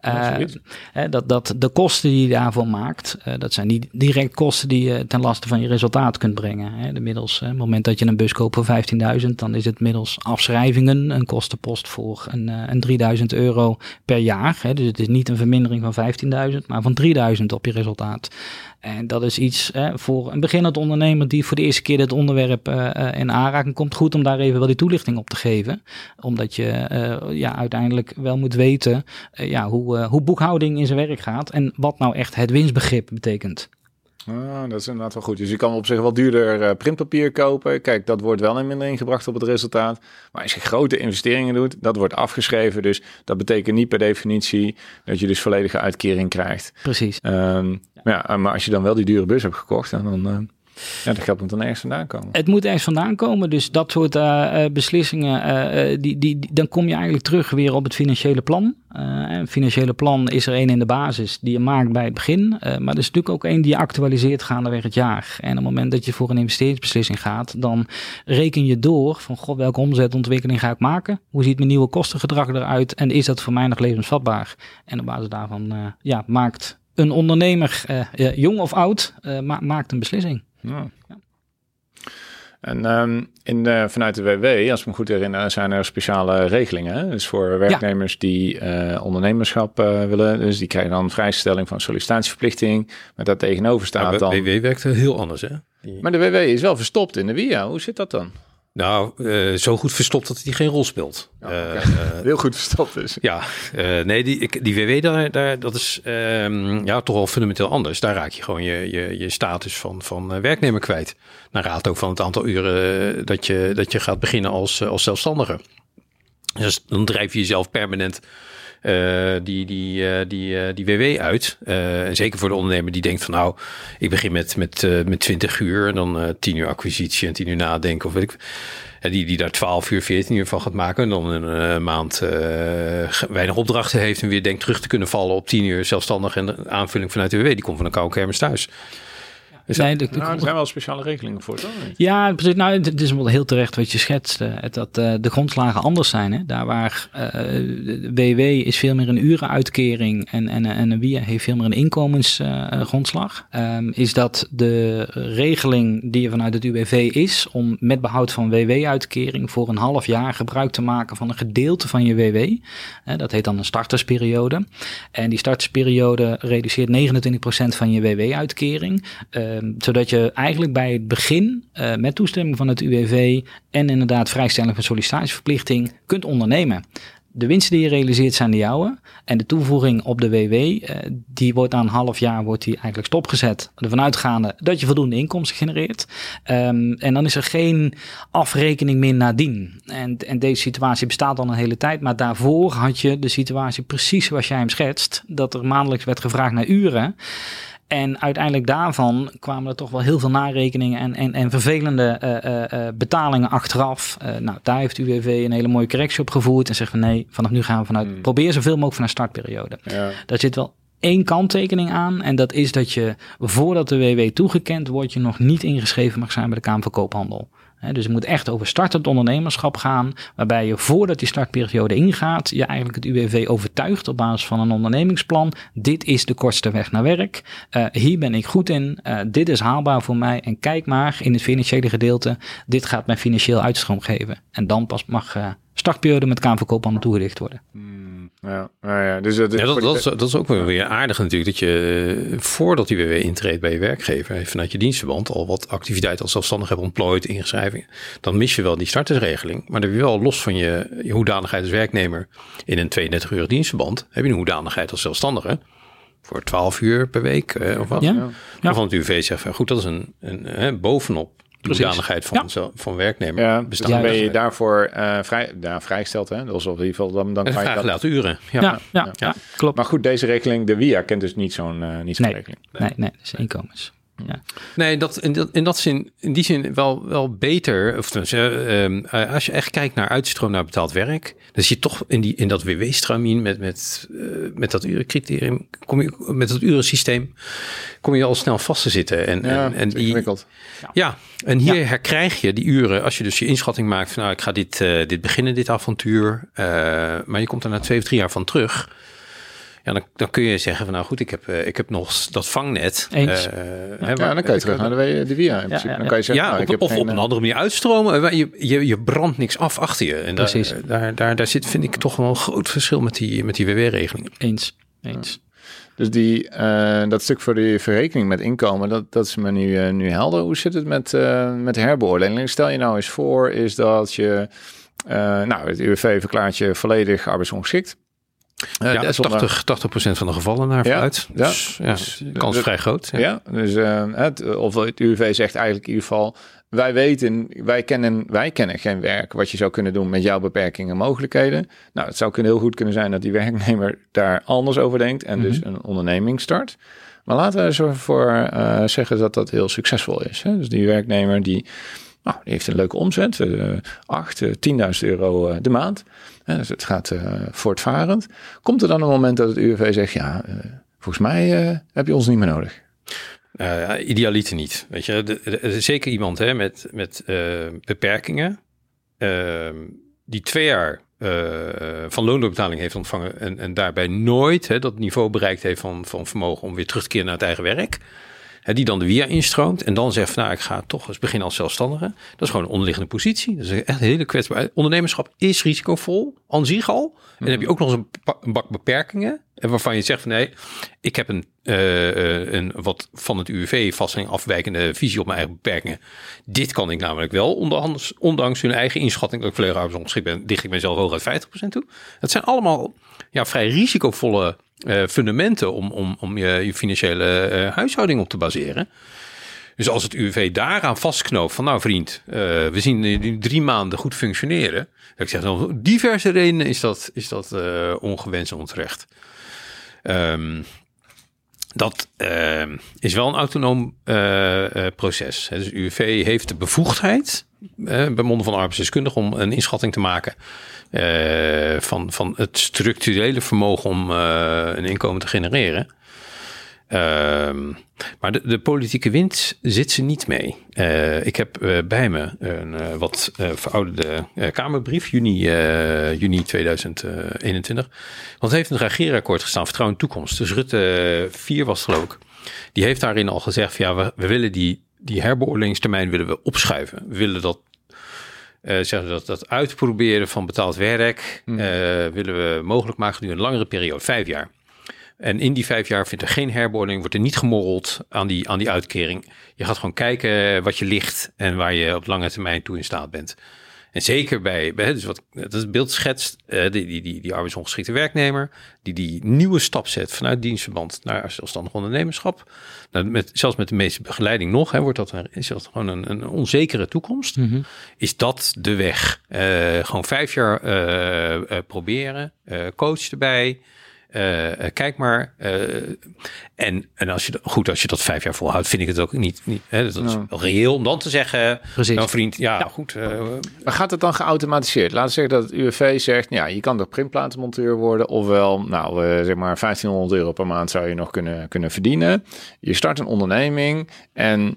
De kosten die je daarvoor maakt, dat zijn niet direct kosten die je ten laste van je resultaat kunt brengen. Hè? Op het moment dat je een bus koopt voor 15.000, dan is het middels afschrijvingen een kostenpost voor een €3.000 per jaar. Hè? Dus het is niet een vermindering van 15.000, maar van 3.000 op je resultaat. En dat is iets voor een beginnend ondernemer die voor de eerste keer dit onderwerp in aanraking komt. Goed om daar even wel die toelichting op te geven. Omdat je uiteindelijk wel moet weten hoe boekhouding in zijn werk gaat. En wat nou echt het winstbegrip betekent. Dat is inderdaad wel goed. Dus je kan op zich wel duurder printpapier kopen. Kijk, dat wordt wel in mindering gebracht op het resultaat. Maar als je grote investeringen doet, dat wordt afgeschreven. Dus dat betekent niet per definitie dat je dus volledige uitkering krijgt. Precies. Maar als je dan wel die dure bus hebt gekocht, dan... dat geld moet dan ergens vandaan komen. Het moet ergens vandaan komen. Dus dat soort beslissingen, dan kom je eigenlijk terug weer op het financiële plan. Een financiële plan is er één in de basis die je maakt bij het begin. Maar er is natuurlijk ook één die je actualiseert gaandeweg het jaar. En op het moment dat je voor een investeringsbeslissing gaat, dan reken je door van welke omzetontwikkeling ga ik maken? Hoe ziet mijn nieuwe kostengedrag eruit? En is dat voor mij nog levensvatbaar? En op basis daarvan maakt een ondernemer, jong of oud, maakt een beslissing. Ja. En vanuit de WW, als ik me goed herinner, zijn er speciale regelingen. Hè? Dus voor werknemers die ondernemerschap willen. Dus die krijgen dan vrijstelling van sollicitatieverplichting. Maar daar tegenover staat dan... WW werkt heel anders, hè? Maar de WW is wel verstopt in de WIA. Hoe zit dat dan? Nou, zo goed verstopt dat hij geen rol speelt. Heel goed verstopt dus. Ja, die WW dat is toch wel fundamenteel anders. Daar raak je gewoon je status van werknemer kwijt. Naar raad ook van het aantal uren dat je gaat beginnen als zelfstandige. Dus dan drijf je jezelf permanent die WW uit. En zeker voor de ondernemer die denkt van nou, ik begin met 20 uur en dan 10 uur acquisitie en 10 uur nadenken of weet ik. Die daar 12 uur, 14 uur van gaat maken. En dan een maand weinig opdrachten heeft en weer denkt terug te kunnen vallen op 10 uur zelfstandig en de aanvulling vanuit de WW. Die komt van een koude kermis thuis. Dus Nee, er zijn wel speciale regelingen voor, toch? Ja, precies. Nou, het is wel heel terecht wat je schetst. Dat de grondslagen anders zijn. Hè? Daar waar WW is veel meer een urenuitkering en een WIA heeft veel meer een inkomensgrondslag. Is dat de regeling die er vanuit het UWV is om met behoud van WW-uitkering voor een half jaar gebruik te maken van een gedeelte van je WW. Dat heet dan een startersperiode. En die startersperiode reduceert 29% van je WW-uitkering. Zodat je eigenlijk bij het begin met toestemming van het UWV en inderdaad vrijstelling van sollicitatieverplichting kunt ondernemen. De winsten die je realiseert zijn de jouwe. En de toevoeging op de WW, die wordt na een half jaar eigenlijk stopgezet. Ervan uitgaande dat je voldoende inkomsten genereert. En dan is er geen afrekening meer nadien. En deze situatie bestaat al een hele tijd. Maar daarvoor had je de situatie precies zoals jij hem schetst. Dat er maandelijks werd gevraagd naar uren. En uiteindelijk daarvan kwamen er toch wel heel veel narekeningen en vervelende betalingen achteraf. Daar heeft UWV een hele mooie correctie op gevoerd en zegt van nee, vanaf nu gaan we vanuit, probeer zoveel mogelijk van een startperiode. Ja. Daar zit wel één kanttekening aan en dat is dat je voordat de WW toegekend wordt, je nog niet ingeschreven mag zijn bij de Kamer van Koophandel. Dus het moet echt over startend ondernemerschap gaan, waarbij je voordat die startperiode ingaat, je eigenlijk het UWV overtuigt op basis van een ondernemingsplan. Dit is de kortste weg naar werk. Hier ben ik goed in. Dit is haalbaar voor mij. En kijk maar in het financiële gedeelte. Dit gaat mij financieel uitstroom geven. En dan pas mag startperiode met Kamer van Koophandel toegelicht worden. Dus dat is ook wel weer aardig natuurlijk. Dat je voordat die WW intreedt bij je werkgever, vanuit je dienstverband al wat activiteit als zelfstandig hebt ontplooid, ingeschrijvingen. Dan mis je wel die startersregeling. Maar dan heb je wel los van je hoedanigheid als werknemer in een 32-urig dienstverband, heb je een hoedanigheid als zelfstandige voor 12 uur per week of wat. Ja. Waarvan het UWV zegt van goed, dat is een bovenop de hoedanigheid van werknemer. Ja, dus dan ben je daarvoor vrijgesteld. Hè? Dat is in ieder geval dan kan je dat laten uren. Ja, klopt. Maar goed, deze regeling, de WIA, kent dus niet zo'n regeling. Nee, dat is inkomens. Ja. Nee, in die zin wel beter. Of, als je echt kijkt naar uitstroom naar betaald werk, dan zie je toch in dat WW-stramien met dat urencriterium, met dat urensysteem, kom je al snel vast te zitten. En ingewikkeld. En hier herkrijg je die uren als je dus je inschatting maakt van ik ga dit beginnen, dit avontuur. Maar je komt er na 2 of 3 jaar van terug. Ja, dan kun je zeggen van nou goed, ik heb nog dat vangnet. Dan kan je terug naar de WIA in principe. Dan kan je zeggen, op een andere manier uitstromen. Je brandt niks af achter je. En precies. Daar zit, vind ik, toch wel een groot verschil met die WW-regelingen. Eens. Dus dat stuk voor die verrekening met inkomen, dat is me nu helder. Hoe zit het met herbeoordeling? Stel je nou eens voor, is dat je het UWV verklaart je volledig arbeidsongeschikt. 80% van de gevallen naar vooruit. Dus kans vrij groot. Of het UWV zegt eigenlijk in ieder geval, wij kennen geen werk wat je zou kunnen doen met jouw beperkingen en mogelijkheden. Nou, het zou heel goed kunnen zijn dat die werknemer daar anders over denkt en dus een onderneming start. Maar laten we zo voor zeggen dat dat heel succesvol is. Hè? Dus die werknemer die heeft een leuke omzet, 10.000 euro de maand. Dus het gaat voortvarend. Komt er dan een moment dat het UWV zegt, volgens mij heb je ons niet meer nodig? Idealiter niet. Weet je, zeker iemand met beperkingen die 2 jaar van loondoorbetaling heeft ontvangen en daarbij nooit dat niveau bereikt heeft van vermogen om weer terug te keren naar het eigen werk. Die dan de WIA instroomt en dan zegt ik ga toch eens beginnen als zelfstandige. Dat is gewoon een onderliggende positie. Dat is echt een hele kwetsbaar. Ondernemerschap is risicovol, aan zich al. En dan heb je ook nog eens een bak beperkingen. En waarvan je zegt van nee, ik heb een wat van het UWV vaststelling afwijkende visie op mijn eigen beperkingen. Dit kan ik namelijk wel, ondanks hun eigen inschatting dat ik volledig arbeidsongeschikt ben, dicht ik mezelf hoog uit 50% toe. Dat zijn allemaal vrij risicovolle fundamenten om je financiële huishouding op te baseren. Dus als het UWV daaraan vastknoopt van vriend, we zien die 3 maanden goed functioneren. Ik zeg dan diverse redenen is dat ongewenst en onterecht. Dat is wel een autonoom proces. Dus het UWV heeft de bevoegdheid bij monden van arbeidsdeskundigen om een inschatting te maken van het structurele vermogen om een inkomen te genereren. Maar de politieke wind zit ze niet mee. Ik heb bij me een wat verouderde Kamerbrief, juni 2021. Want het heeft in het regeerakkoord gestaan, vertrouwen in de toekomst. Dus Rutte 4 was het geloof ik. Die heeft daarin al gezegd, van, ja, we willen die herbeoordelingstermijn willen we opschuiven. We willen dat uitproberen van betaald werk willen we mogelijk maken gedurende een langere periode, 5 jaar. En in die 5 jaar vindt er geen herbeoordeling, wordt er niet gemorreld aan die uitkering. Je gaat gewoon kijken wat je ligt en waar je op lange termijn toe in staat bent. En zeker bij dus wat het beeld schetst, die arbeidsongeschikte werknemer, die nieuwe stap zet vanuit dienstverband naar zelfstandig ondernemerschap. Nou, zelfs met de meeste begeleiding nog, is dat gewoon een onzekere toekomst. Mm-hmm. Is dat de weg? Gewoon 5 jaar proberen, coach erbij. Kijk maar. En als je dat 5 jaar volhoudt, vind ik het ook niet dat is wel reëel om dan te zeggen, nou vriend, goed. Maar gaat het dan geautomatiseerd? Laten we zeggen dat het UWV zegt, ja, je kan toch printplatenmonteur worden, ofwel, zeg maar €1500 per maand zou je nog kunnen verdienen. Je start een onderneming en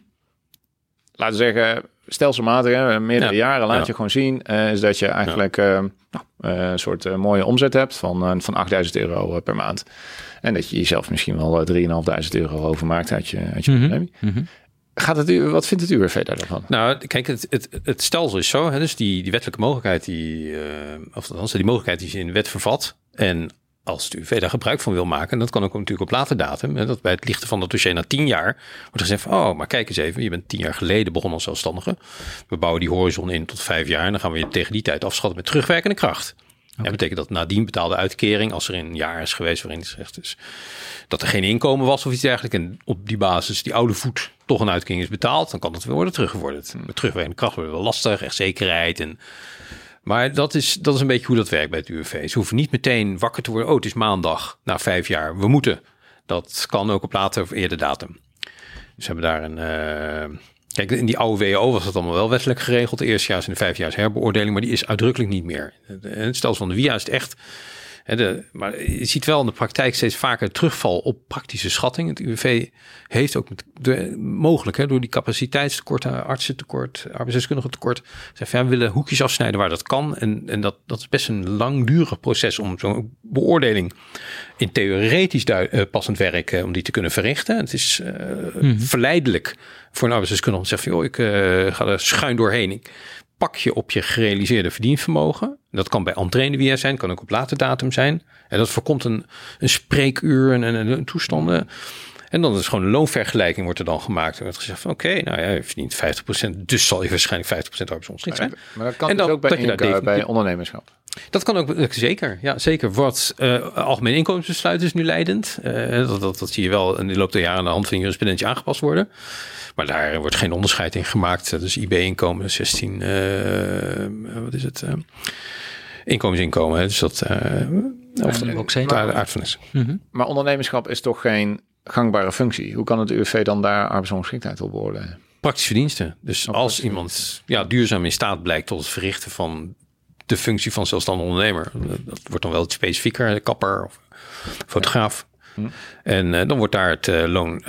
laten we zeggen, stelselmatig, meerdere jaren laat je gewoon zien, is dat je eigenlijk een soort mooie omzet hebt van €8.000 per maand. En dat je jezelf misschien wel €3.500 overmaakt uit je onderneming. Mm-hmm. Wat vindt het UWV daarvan? Nou, kijk, het stelsel is zo. Dus die wettelijke mogelijkheid, die mogelijkheid die is in de wet vervat. En als de UWV daar gebruik van wil maken, dat kan ook natuurlijk op later datum. Dat bij het lichten van dat dossier na 10 jaar wordt gezegd van, maar kijk eens even, je bent 10 jaar geleden begonnen als zelfstandige. We bouwen die horizon in tot 5 jaar en dan gaan we je tegen die tijd afschatten met terugwerkende kracht. Okay. Dat betekent dat nadien betaalde uitkering, als er een jaar is geweest waarin het gezegd is dat er geen inkomen was of iets dergelijks, en op die basis die oude voet toch een uitkering is betaald, dan kan het weer worden teruggevorderd. Met terugwerkende kracht wordt het wel lastig, echt zekerheid. Maar dat is een beetje hoe dat werkt bij het UWV. Ze hoeven niet meteen wakker te worden. Het is maandag na 5 jaar. We moeten. Dat kan ook op later of eerder datum. Dus hebben daar een... Kijk, in die oude WO was het allemaal wel wettelijk geregeld. De eerste jaar is in de 5 jaar herbeoordeling, maar die is uitdrukkelijk niet meer. Het stelsel van de WIA is het echt... Maar je ziet wel in de praktijk steeds vaker terugval op praktische schatting. Het UWV heeft ook mogelijk door die capaciteitstekort, artsentekort, arbeidsdeskundige tekort. We willen hoekjes afsnijden waar dat kan. En dat is best een langdurig proces om zo'n beoordeling in theoretisch passend werk om die te kunnen verrichten. Het is verleidelijk voor een arbeidsdeskundige om te zeggen, ik ga er schuin doorheen. Pak je op je gerealiseerde verdienvermogen. Dat kan bij entree WIA zijn, kan ook op later datum zijn. En dat voorkomt een spreekuur en een toestanden. En dan is gewoon een loonvergelijking wordt er dan gemaakt. Er wordt gezegd van je verdient 50%, dus zal je waarschijnlijk 50% arbeidsongeschikt zijn. Maar dat kan dus ook bij ondernemerschap. Dat kan ook zeker. Ja, zeker. Wat algemeen inkomensbesluit is nu leidend. Dat zie je wel in de loop der jaren aan de hand van jurisprudentie aangepast worden. Maar daar wordt geen onderscheid in gemaakt. Dus IB-inkomen 16, inkomensinkomen. Dus dat ook zeker. Daar de aard van is. Mm-hmm. Maar ondernemerschap is toch geen gangbare functie? Hoe kan het UWV dan daar arbeidsongeschiktheid op beoordelen? Praktische verdiensten. Dus als iemand duurzaam in staat blijkt tot het verrichten van de functie van zelfstandig ondernemer. Dat wordt dan wel iets specifieker, kapper of fotograaf. En dan wordt daar het loon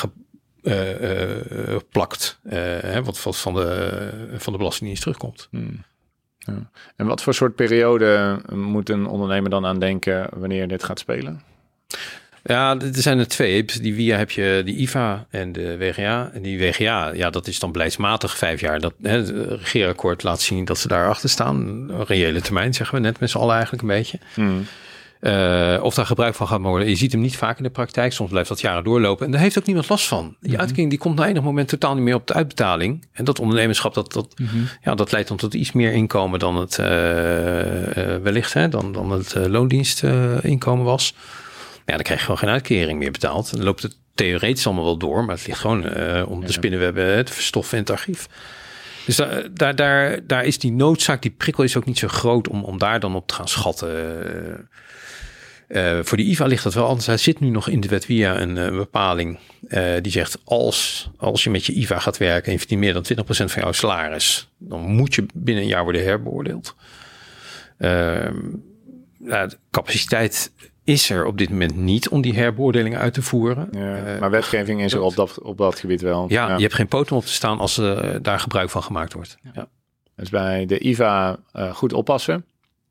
plakt, wat van de Belastingdienst terugkomt. Ja. En wat voor soort periode moet een ondernemer dan aan denken wanneer dit gaat spelen? Ja, er zijn er 2. Die WIA heb je de IVA en de WGA. En die WGA, dat is dan beleidsmatig 5 jaar. Dat het regeerakkoord laat zien dat ze daarachter staan. Een reële termijn, zeggen we net met z'n allen eigenlijk een beetje. Of daar gebruik van gaat worden. Je ziet hem niet vaak in de praktijk. Soms blijft dat jaren doorlopen. En daar heeft ook niemand last van. Die uitkering die komt na enig moment totaal niet meer op de uitbetaling. En dat ondernemerschap, dat leidt dan tot iets meer inkomen dan het wellicht, dan het loondienstinkomen was. Ja, dan krijg je gewoon geen uitkering meer betaald. Dan loopt het theoretisch allemaal wel door. Maar het ligt gewoon om de spinnenwebben te verstoffen in het archief. Dus daar is die noodzaak, die prikkel is ook niet zo groot om daar dan op te gaan schatten. Voor de IVA ligt dat wel anders. Hij zit nu nog in de wet WIA een bepaling die zegt als je met je IVA gaat werken en je verdient meer dan 20% van jouw salaris, dan moet je binnen een jaar worden herbeoordeeld. De capaciteit is er op dit moment niet om die herbeoordeling uit te voeren. Ja, maar wetgeving is er op dat gebied wel. Ja, je hebt geen poten op te staan als daar gebruik van gemaakt wordt. Ja. Dus bij de IVA goed oppassen.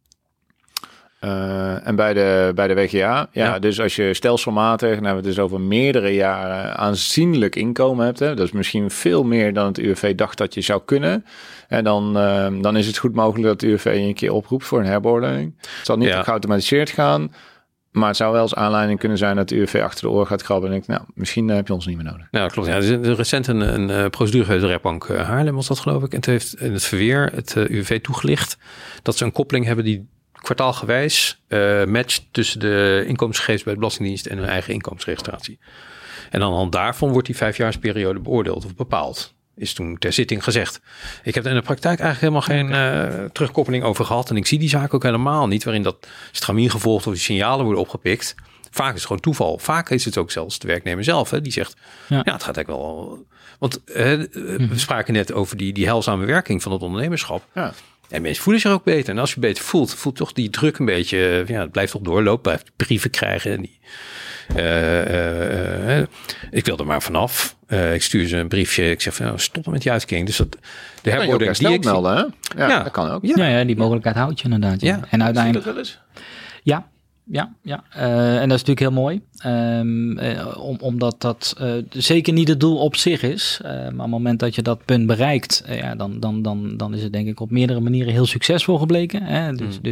En bij de WGA, dus als je stelselmatig, dan hebben we het dus over meerdere jaren aanzienlijk inkomen hebt, hè, dat is misschien veel meer dan het UWV dacht dat je zou kunnen. En dan is het goed mogelijk dat het UWV je een keer oproept voor een herbeoordeling. Het zal niet geautomatiseerd gaan, maar het zou wel eens aanleiding kunnen zijn dat de UWV achter de oren gaat krabben en denkt, misschien heb je ons niet meer nodig. Nou, klopt. Ja, er is recent een procedure geweest, de rechtbank Haarlem was dat, geloof ik. En het heeft in het verweer het UWV toegelicht dat ze een koppeling hebben die kwartaalgewijs matcht tussen de inkomensgegevens bij de Belastingdienst en hun eigen inkomensregistratie. En aan de hand daarvan wordt die 5-jaarsperiode beoordeeld of bepaald. Is toen ter zitting gezegd. Ik heb er in de praktijk eigenlijk helemaal geen terugkoppeling over gehad. En ik zie die zaak ook helemaal niet, waarin dat stramien gevolgd of die signalen worden opgepikt. Vaak is het gewoon toeval. Vaak is het ook zelfs de werknemer zelf, hè, die zegt, ja, het gaat eigenlijk wel. Want we spraken net over die heilzame werking van het ondernemerschap. Ja. En mensen voelen zich ook beter. En als je beter voelt toch die druk een beetje. Het blijft toch doorlopen. Blijft brieven krijgen. En ik wil er maar vanaf. Ik stuur ze een briefje. Ik zeg van stoppen met die uitkering. Dus dat de herbeoordeling die ik melden, hè? Ja, dat kan ook. Ja, die mogelijkheid houd je inderdaad. Ja. En uiteindelijk. Zie je dat wel eens? Ja. En dat is natuurlijk heel mooi. Omdat dat zeker niet het doel op zich is. Maar op het moment dat je dat punt bereikt, dan is het denk ik op meerdere manieren heel succesvol gebleken. Hè?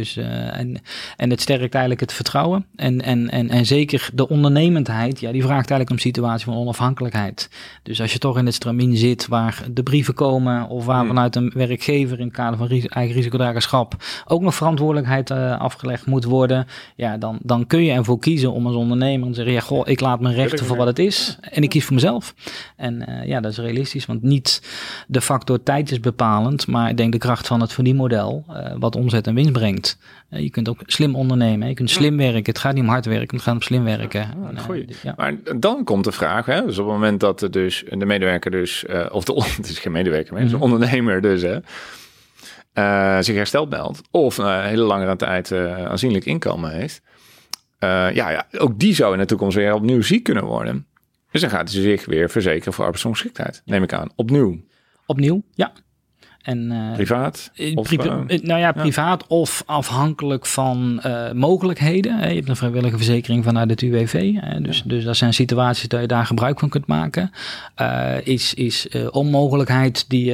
En het sterkt eigenlijk het vertrouwen. En zeker de ondernemendheid, die vraagt eigenlijk om een situatie van onafhankelijkheid. Dus als je toch in het stramien zit waar de brieven komen of waar vanuit een werkgever in het kader van eigen risicodragerschap ook nog verantwoordelijkheid afgelegd moet worden, dan kun je ervoor kiezen om als ondernemer te zeggen, ik laat mijn rechten voor wat het is en ik kies voor mezelf. En dat is realistisch, want niet de factor tijd is bepalend, maar ik denk de kracht van het verdienmodel, wat omzet en winst brengt. Je kunt ook slim ondernemen, je kunt slim werken. Het gaat niet om hard werken, het gaat om slim werken. Maar dan komt de vraag, hè, dus op het moment dat de medewerker het is geen medewerker meer, het is een ondernemer dus, hè, zich hersteld meldt of een hele langere tijd aanzienlijk inkomen heeft. Ook die zou in de toekomst weer opnieuw ziek kunnen worden. Dus dan gaat hij zich weer verzekeren voor arbeidsongeschiktheid, neem ik aan. Opnieuw, ja. En, privaat? Privaat of afhankelijk van mogelijkheden. Je hebt een vrijwillige verzekering vanuit het UWV. Dus dat zijn situaties dat je daar gebruik van kunt maken. Is onmogelijkheid die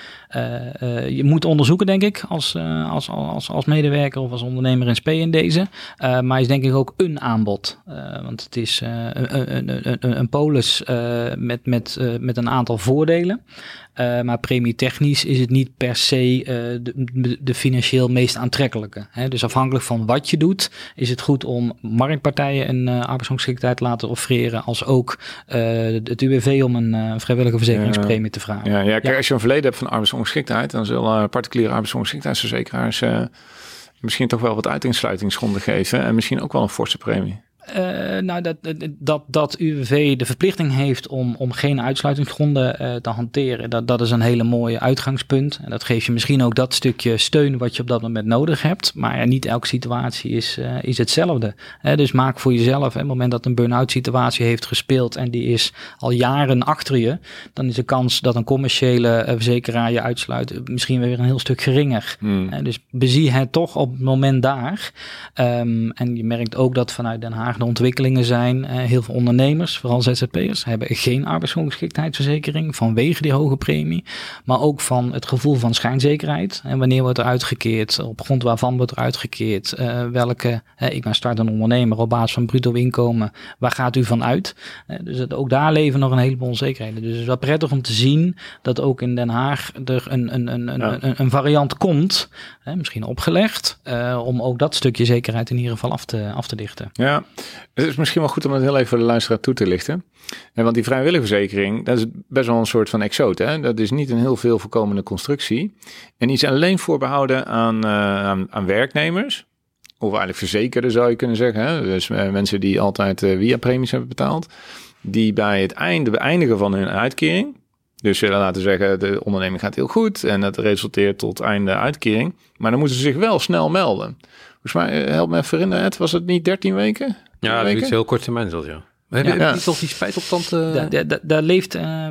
je moet onderzoeken, denk ik, als medewerker of als ondernemer in SP in deze. Maar is denk ik ook een aanbod. Want het is een polis met een aantal voordelen. Maar premietechnisch is het niet per se de financieel meest aantrekkelijke. Hè? Dus afhankelijk van wat je doet, is het goed om marktpartijen een arbeidsongeschiktheid te laten offreren, als ook het UWV om een vrijwillige verzekeringspremie te vragen. Kijk, als je een verleden hebt van arbeidsongeschiktheid, dan zullen particuliere arbeidsongeschiktheidsverzekeraars misschien toch wel wat uitsluitingsgronden geven en misschien ook wel een forse premie. Dat UWV de verplichting heeft om geen uitsluitingsgronden te hanteren, dat is een hele mooie uitgangspunt. En dat geeft je misschien ook dat stukje steun wat je op dat moment nodig hebt. Maar niet elke situatie is hetzelfde. Dus maak voor jezelf, op het moment dat een burn-out situatie heeft gespeeld en die is al jaren achter je, dan is de kans dat een commerciële verzekeraar je uitsluit misschien weer een heel stuk geringer. Dus bezie het toch op het moment daar. En je merkt ook dat vanuit Den Haag de ontwikkelingen zijn. Heel veel ondernemers, vooral ZZP'ers, hebben geen arbeidsongeschiktheidsverzekering vanwege die hoge premie. Maar ook van het gevoel van schijnzekerheid. En wanneer wordt er uitgekeerd? Op grond waarvan wordt er uitgekeerd? Ik ben startende ondernemer op basis van bruto inkomen. Waar gaat u van uit? Dus ook daar leven nog een heleboel onzekerheden. Dus het is wel prettig om te zien dat ook in Den Haag er een variant komt. Misschien opgelegd. Om ook dat stukje zekerheid in ieder geval af te dichten. Ja, het is misschien wel goed om het heel even voor de luisteraar toe te lichten. Want die vrijwillige verzekering, dat is best wel een soort van exoot. Hè? Dat is niet een heel veel voorkomende constructie. En die is alleen voorbehouden aan werknemers. Of eigenlijk verzekerden zou je kunnen zeggen. Hè? Dus mensen die altijd via premies hebben betaald. Die bij het beëindigen van hun uitkering. Dus laten we zeggen, de onderneming gaat heel goed. En dat resulteert tot einde uitkering. Maar dan moeten ze zich wel snel melden. Volgens mij, help me even herinneren, was het niet 13 weken? Ja, dat is heel kort termijn zelfs, ja. Heb je niet toch die spijtopstand? Daar leeft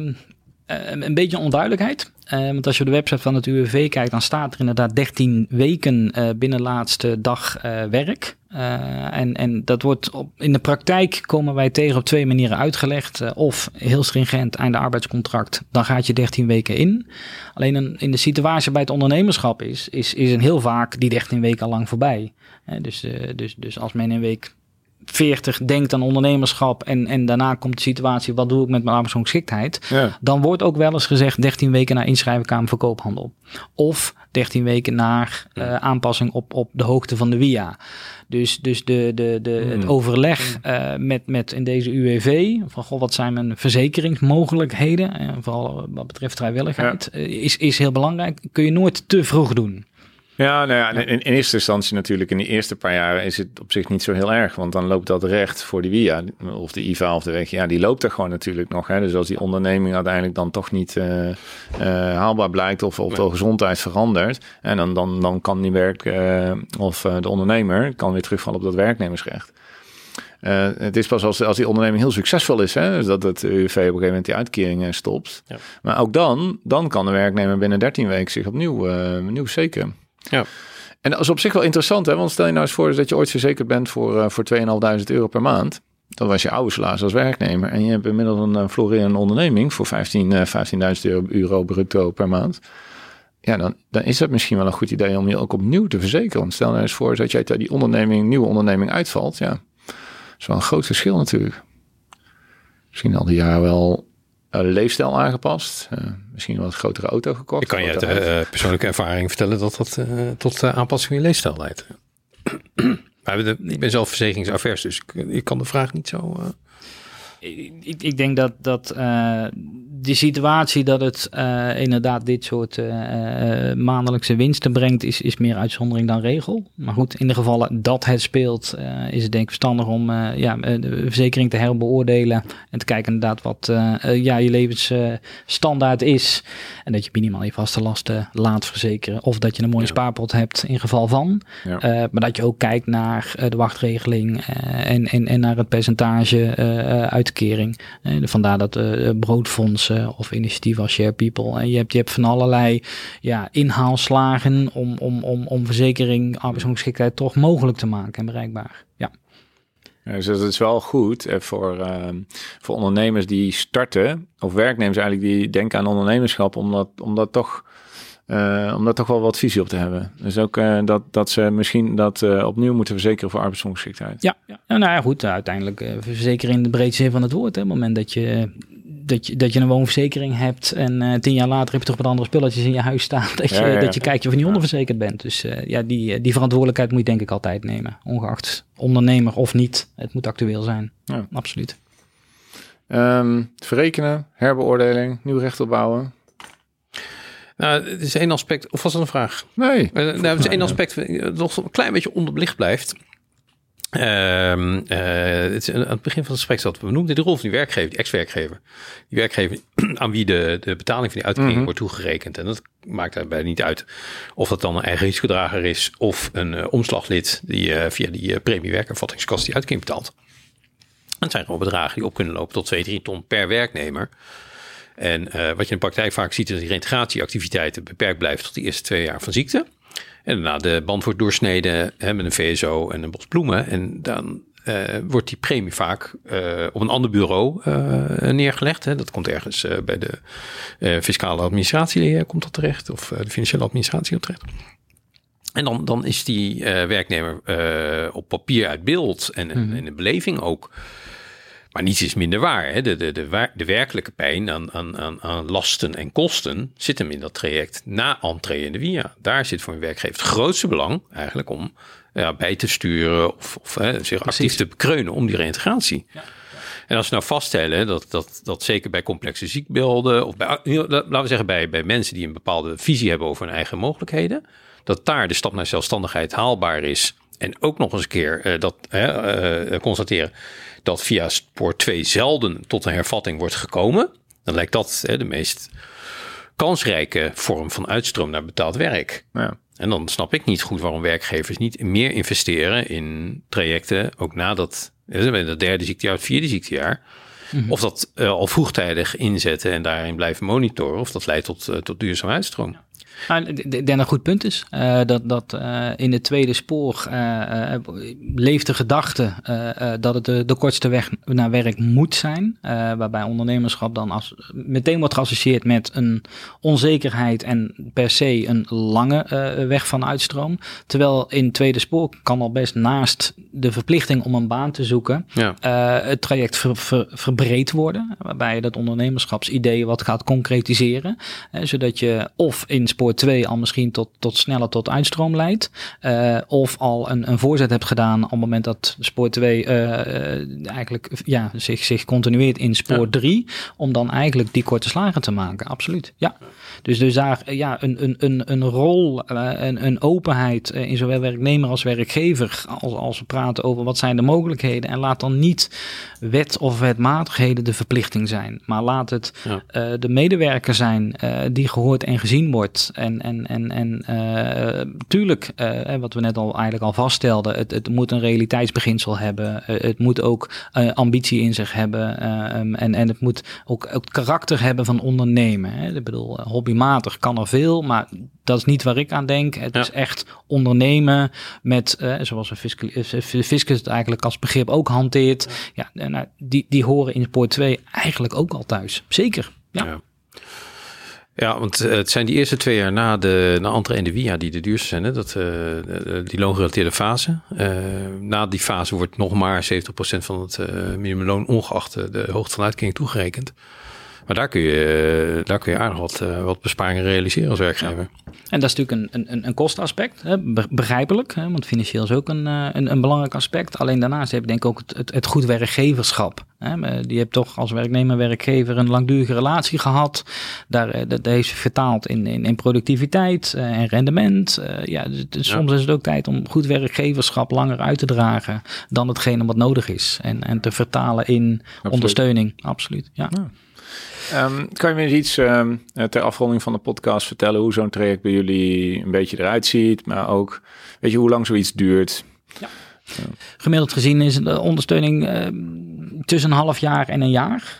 een beetje onduidelijkheid. Want als je op de website van het UWV kijkt, dan staat er inderdaad 13 weken binnen laatste dag werk. En dat wordt in de praktijk komen wij tegen op 2 manieren uitgelegd. Of heel stringent einde arbeidscontract, dan gaat je 13 weken in. Alleen in de situatie bij het ondernemerschap is een heel vaak die 13 weken al lang voorbij. Dus als men in week 40 denkt aan ondernemerschap en daarna komt de situatie, wat doe ik met mijn arbeidsongeschiktheid? Ja. Dan wordt ook wel eens gezegd 13 weken naar inschrijven Kamer van Koophandel. Of 13 weken naar aanpassing op de hoogte van de WIA. Dus het overleg met in deze UWV, van goh, wat zijn mijn verzekeringsmogelijkheden, vooral wat betreft vrijwilligheid, is heel belangrijk. Kun je nooit te vroeg doen. Ja, nou ja, in eerste instantie natuurlijk in de eerste paar jaar is het op zich niet zo heel erg. Want dan loopt dat recht voor de WIA of de IVA of de WG. Ja, die loopt er gewoon natuurlijk nog. Hè. Dus als die onderneming uiteindelijk dan toch niet haalbaar blijkt of de gezondheid verandert. En dan kan die de ondernemer kan weer terugvallen op dat werknemersrecht. Het is pas als die onderneming heel succesvol is, hè, dus dat het UWV op een gegeven moment die uitkering stopt. Ja. Maar ook dan kan de werknemer binnen 13 weken zich opnieuw zekeren. Ja. En dat is op zich wel interessant, hè? Want stel je nou eens voor dat je ooit verzekerd bent voor €2.500 per maand. Dat was je oude salaris als werknemer. En je hebt inmiddels een florerende onderneming voor €15.000 bruto per maand. Ja, dan is het misschien wel een goed idee om je ook opnieuw te verzekeren. Want stel nou eens voor dat jij die nieuwe onderneming uitvalt. Ja, dat is wel een groot verschil natuurlijk. Misschien al die jaren wel leefstijl aangepast. Misschien wel een grotere auto gekocht. Ik kan je uit persoonlijke ervaring vertellen dat tot aanpassing in je leefstijl leidt. Maar ik ben zelf verzekeringsavers, dus ik kan de vraag niet zo... Ik denk dat die situatie dat het inderdaad dit soort maandelijkse winsten brengt, is meer uitzondering dan regel. Maar goed, in de gevallen dat het speelt, is het denk ik verstandig om de verzekering te herbeoordelen en te kijken inderdaad wat je levensstandaard is. En dat je minimaal je vaste lasten laat verzekeren. Of dat je een mooie spaarpot hebt in geval van. Ja. Maar dat je ook kijkt naar de wachtregeling en naar het percentage uitkering. Vandaar dat broodfondsen of initiatieven als Share People. En je hebt van allerlei inhaalslagen om verzekering, arbeidsongeschiktheid toch mogelijk te maken en bereikbaar. Ja. Ja, dus dat is wel goed voor ondernemers die starten, of werknemers eigenlijk die denken aan ondernemerschap, om dat toch wel wat visie op te hebben. Dus ook dat ze misschien dat opnieuw moeten verzekeren voor arbeidsongeschiktheid. Ja, nou ja, goed, uiteindelijk verzekeren in de breedste zin van het woord. Hè. Op het moment dat je een woonverzekering hebt en 10 jaar later heb je toch wat andere spulletjes in je huis staan, dat je kijkt of je niet onderverzekerd bent. Dus die verantwoordelijkheid moet je denk ik altijd nemen, ongeacht ondernemer of niet. Het moet actueel zijn, absoluut. Verrekenen, herbeoordeling, nieuw recht opbouwen. Nou, het is één aspect, of was dat een vraag? Nee. Het is één aspect dat nog een klein beetje onderbelicht blijft. Het is aan het begin van het gesprek dat we noemden de rol van die werkgever, die ex-werkgever. Die werkgever aan wie de betaling van die uitkering wordt toegerekend. En dat maakt daarbij niet uit of dat dan een eigen risicodrager is of een omslaglid die via die premiewerkervattingskast die uitkering betaalt. Het zijn gewoon bedragen die op kunnen lopen tot 2-3 ton per werknemer. En wat je in de praktijk vaak ziet is dat die reintegratieactiviteiten beperkt blijven tot de eerste 2 jaar van ziekte. En daarna de band wordt doorsneden met een VSO en een bos bloemen. En dan wordt die premie vaak op een ander bureau neergelegd. Hè. Dat komt ergens bij de fiscale administratie komt dat terecht. Of de financiële administratie terecht. En dan is die werknemer op papier uit beeld en in de beleving ook. Maar niets is minder waar. Hè. De werkelijke pijn aan lasten en kosten zit hem in dat traject na entree in de WIA. Daar zit voor een werkgever het grootste belang eigenlijk om bij te sturen of zich actief te bekreunen om die reintegratie. Ja. En als we nou vaststellen dat zeker bij complexe ziekbeelden of laten we zeggen bij mensen die een bepaalde visie hebben over hun eigen mogelijkheden, dat daar de stap naar zelfstandigheid haalbaar is. En ook nog eens een keer constateren dat via spoor 2 zelden tot een hervatting wordt gekomen. Dan lijkt dat de meest kansrijke vorm van uitstroom naar betaald werk. Ja. En dan snap ik niet goed waarom werkgevers niet meer investeren in trajecten, ook nadat het derde ziektejaar, het vierde ziektejaar. Mm-hmm. Of dat al vroegtijdig inzetten en daarin blijven monitoren, of dat leidt tot duurzame uitstroom. Ik denk dat een goed punt is. Dat in het tweede spoor leeft de gedachte dat het de kortste weg naar werk moet zijn. Waarbij ondernemerschap dan meteen wordt geassocieerd met een onzekerheid en per se een lange weg van uitstroom. Terwijl in het tweede spoor kan al best naast de verplichting om een baan te zoeken het traject verbreed worden. Waarbij je dat ondernemerschapsidee wat gaat concretiseren. Zodat je of in spoor 2 al misschien sneller tot uitstroom leidt. Of al een voorzet hebt gedaan op het moment dat spoor 2 eigenlijk zich continueert in spoor 3. Om dan eigenlijk die korte slagen te maken. Absoluut, ja. Dus daar een rol, een openheid in zowel werknemer als werkgever. Als we praten over wat zijn de mogelijkheden. En laat dan niet wet of wetmatigheden de verplichting zijn. Maar laat het de medewerker zijn die gehoord en gezien wordt. En tuurlijk, wat we net al eigenlijk al vaststelden, het moet een realiteitsbeginsel hebben. Het moet ook ambitie in zich hebben. En het moet ook het karakter hebben van ondernemen. Hè. Ik bedoel, hobbymatig kan er veel, maar dat is niet waar ik aan denk. Het is echt ondernemen met, zoals de fiscus het eigenlijk als begrip ook hanteert. Ja, die horen in spoor 2 eigenlijk ook al thuis. Zeker, ja. Ja, want het zijn die eerste 2 jaar na Entre en de Via die de duurste zijn. Hè? Die loongerelateerde fase. Na die fase wordt nog maar 70% van het minimumloon ongeacht de hoogte van uitkering toegerekend. Maar daar kun je aardig wat besparingen realiseren als werkgever. En dat is natuurlijk een kostenaspect, hè, begrijpelijk. Hè, want financieel is ook een belangrijk aspect. Alleen daarnaast heb je denk ik ook het goed werkgeverschap. Hè. Die hebt toch als werknemer-werkgever een langdurige relatie gehad. Dat heeft zich vertaald in productiviteit en rendement. Soms is het ook tijd om goed werkgeverschap langer uit te dragen dan hetgene wat nodig is. En te vertalen in ondersteuning. Absoluut, ja. Kan je me eens iets ter afronding van de podcast vertellen hoe zo'n traject bij jullie een beetje eruit ziet, maar ook, weet je, hoe lang zoiets duurt? Ja. Gemiddeld gezien is de ondersteuning tussen een half jaar en een jaar.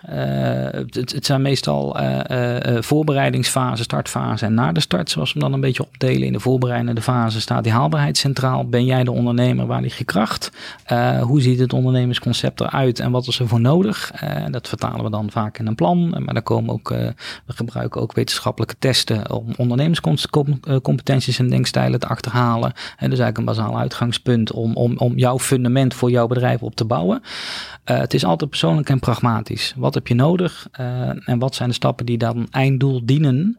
Het zijn meestal voorbereidingsfase, startfase en na de start, zoals we hem dan een beetje opdelen. In de voorbereidende fase staat die haalbaarheid centraal. Ben jij de ondernemer? Waar ligt je kracht? Hoe ziet het ondernemersconcept eruit en wat is er voor nodig? Dat vertalen we dan vaak in een plan. Maar we gebruiken ook wetenschappelijke testen om ondernemerscompetenties en denkstijlen te achterhalen. En dus eigenlijk een bazaal uitgangspunt om jouw fundament voor jouw bedrijf op te bouwen. Het is altijd persoonlijk en pragmatisch. Wat heb je nodig en wat zijn de stappen die dan einddoel dienen?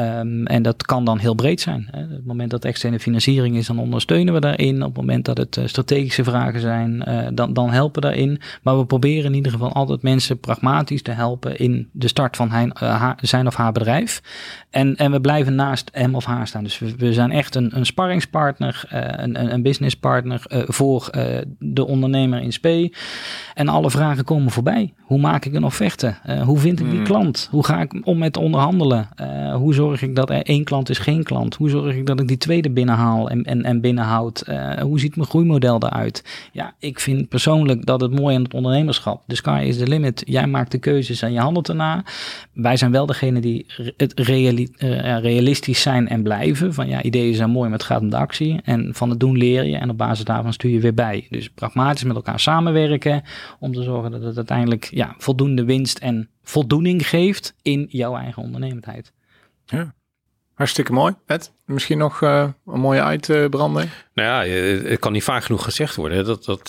En dat kan dan heel breed zijn. Op het moment dat externe financiering is, dan ondersteunen we daarin. Op het moment dat het strategische vragen zijn, dan helpen we daarin. Maar we proberen in ieder geval altijd mensen pragmatisch te helpen in de start van zijn of haar bedrijf. En we blijven naast hem of haar staan. Dus we zijn echt een sparringspartner, een businesspartner voor de ondernemer in spe. En alle vragen komen voorbij. Hoe maak ik een offerte? Hoe vind ik die klant? Hoe ga ik om met onderhandelen? Hoe zorg ik dat er 1 klant is geen klant? Hoe zorg ik dat ik die tweede binnenhaal en binnenhoud? Hoe ziet mijn groeimodel eruit? Ja, ik vind persoonlijk dat het mooi aan het ondernemerschap. The sky is the limit. Jij maakt de keuzes en je handelt erna. Wij zijn wel degene die het realistisch zijn en blijven. Van ja, ideeën zijn mooi, maar het gaat om de actie. En van het doen leer je en op basis daarvan stuur je weer bij. Dus pragmatisch met elkaar samenwerken om te zorgen dat het uiteindelijk voldoende winst en voldoening geeft in jouw eigen ondernemendheid. Ja, hartstikke mooi. Ed, misschien nog een mooie uitbranding? Nou ja, het kan niet vaak genoeg gezegd worden dat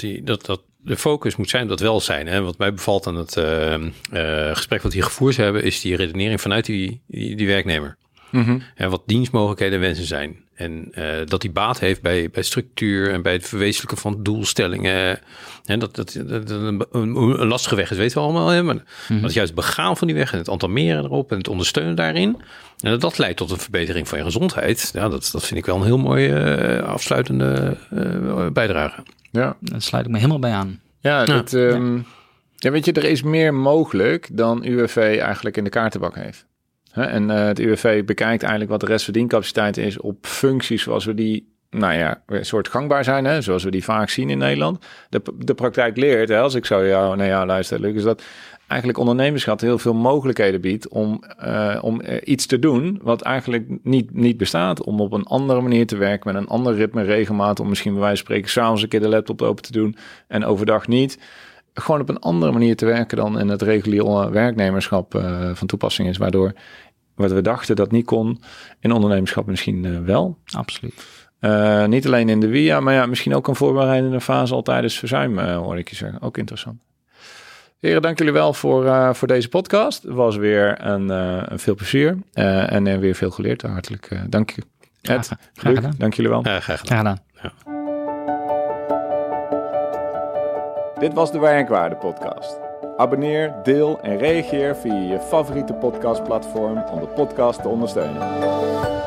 de focus moet zijn op dat welzijn. Hè? Wat mij bevalt aan het gesprek wat hier gevoerd hebben, is die redenering vanuit die werknemer. Mm-hmm. En wat dienstmogelijkheden en wensen zijn. En dat die baat heeft bij structuur en bij het verwezenlijken van doelstellingen. En dat een lastige weg is, weten we allemaal. Hè? Maar dat juist het begaan van die weg en het entameren erop en het ondersteunen daarin. En dat leidt tot een verbetering van je gezondheid. Ja, dat vind ik wel een heel mooie afsluitende bijdrage. Ja, daar sluit ik me helemaal bij aan. Ja, weet je, er is meer mogelijk dan UWV eigenlijk in de kaartenbak heeft. En het UWV bekijkt eigenlijk wat de restverdiencapaciteit is op functies zoals we die, een soort gangbaar zijn, hè, zoals we die vaak zien in Nederland. De praktijk leert, hè, als ik zo naar jou luister, Luc, is dat eigenlijk ondernemerschap heel veel mogelijkheden biedt om iets te doen wat eigenlijk niet bestaat. Om op een andere manier te werken, met een ander ritme, regelmaat, om misschien bij wijze van spreken 's avonds een keer de laptop open te doen en overdag niet. Gewoon op een andere manier te werken dan in het reguliere werknemerschap van toepassing is, waardoor wat we dachten dat niet kon, in ondernemerschap misschien wel. Absoluut. Niet alleen in de WIA, maar misschien ook een voorbereidende fase al tijdens verzuim, hoor ik je zeggen. Ook interessant. Heren, dank jullie wel voor deze podcast. Het was weer een veel plezier en weer veel geleerd. Hartelijk dank je. Ed, graag gedaan. Dank jullie wel. Graag gedaan. Ja. Dit was de Werkwaarde podcast. Abonneer, deel en reageer via je favoriete podcastplatform om de podcast te ondersteunen.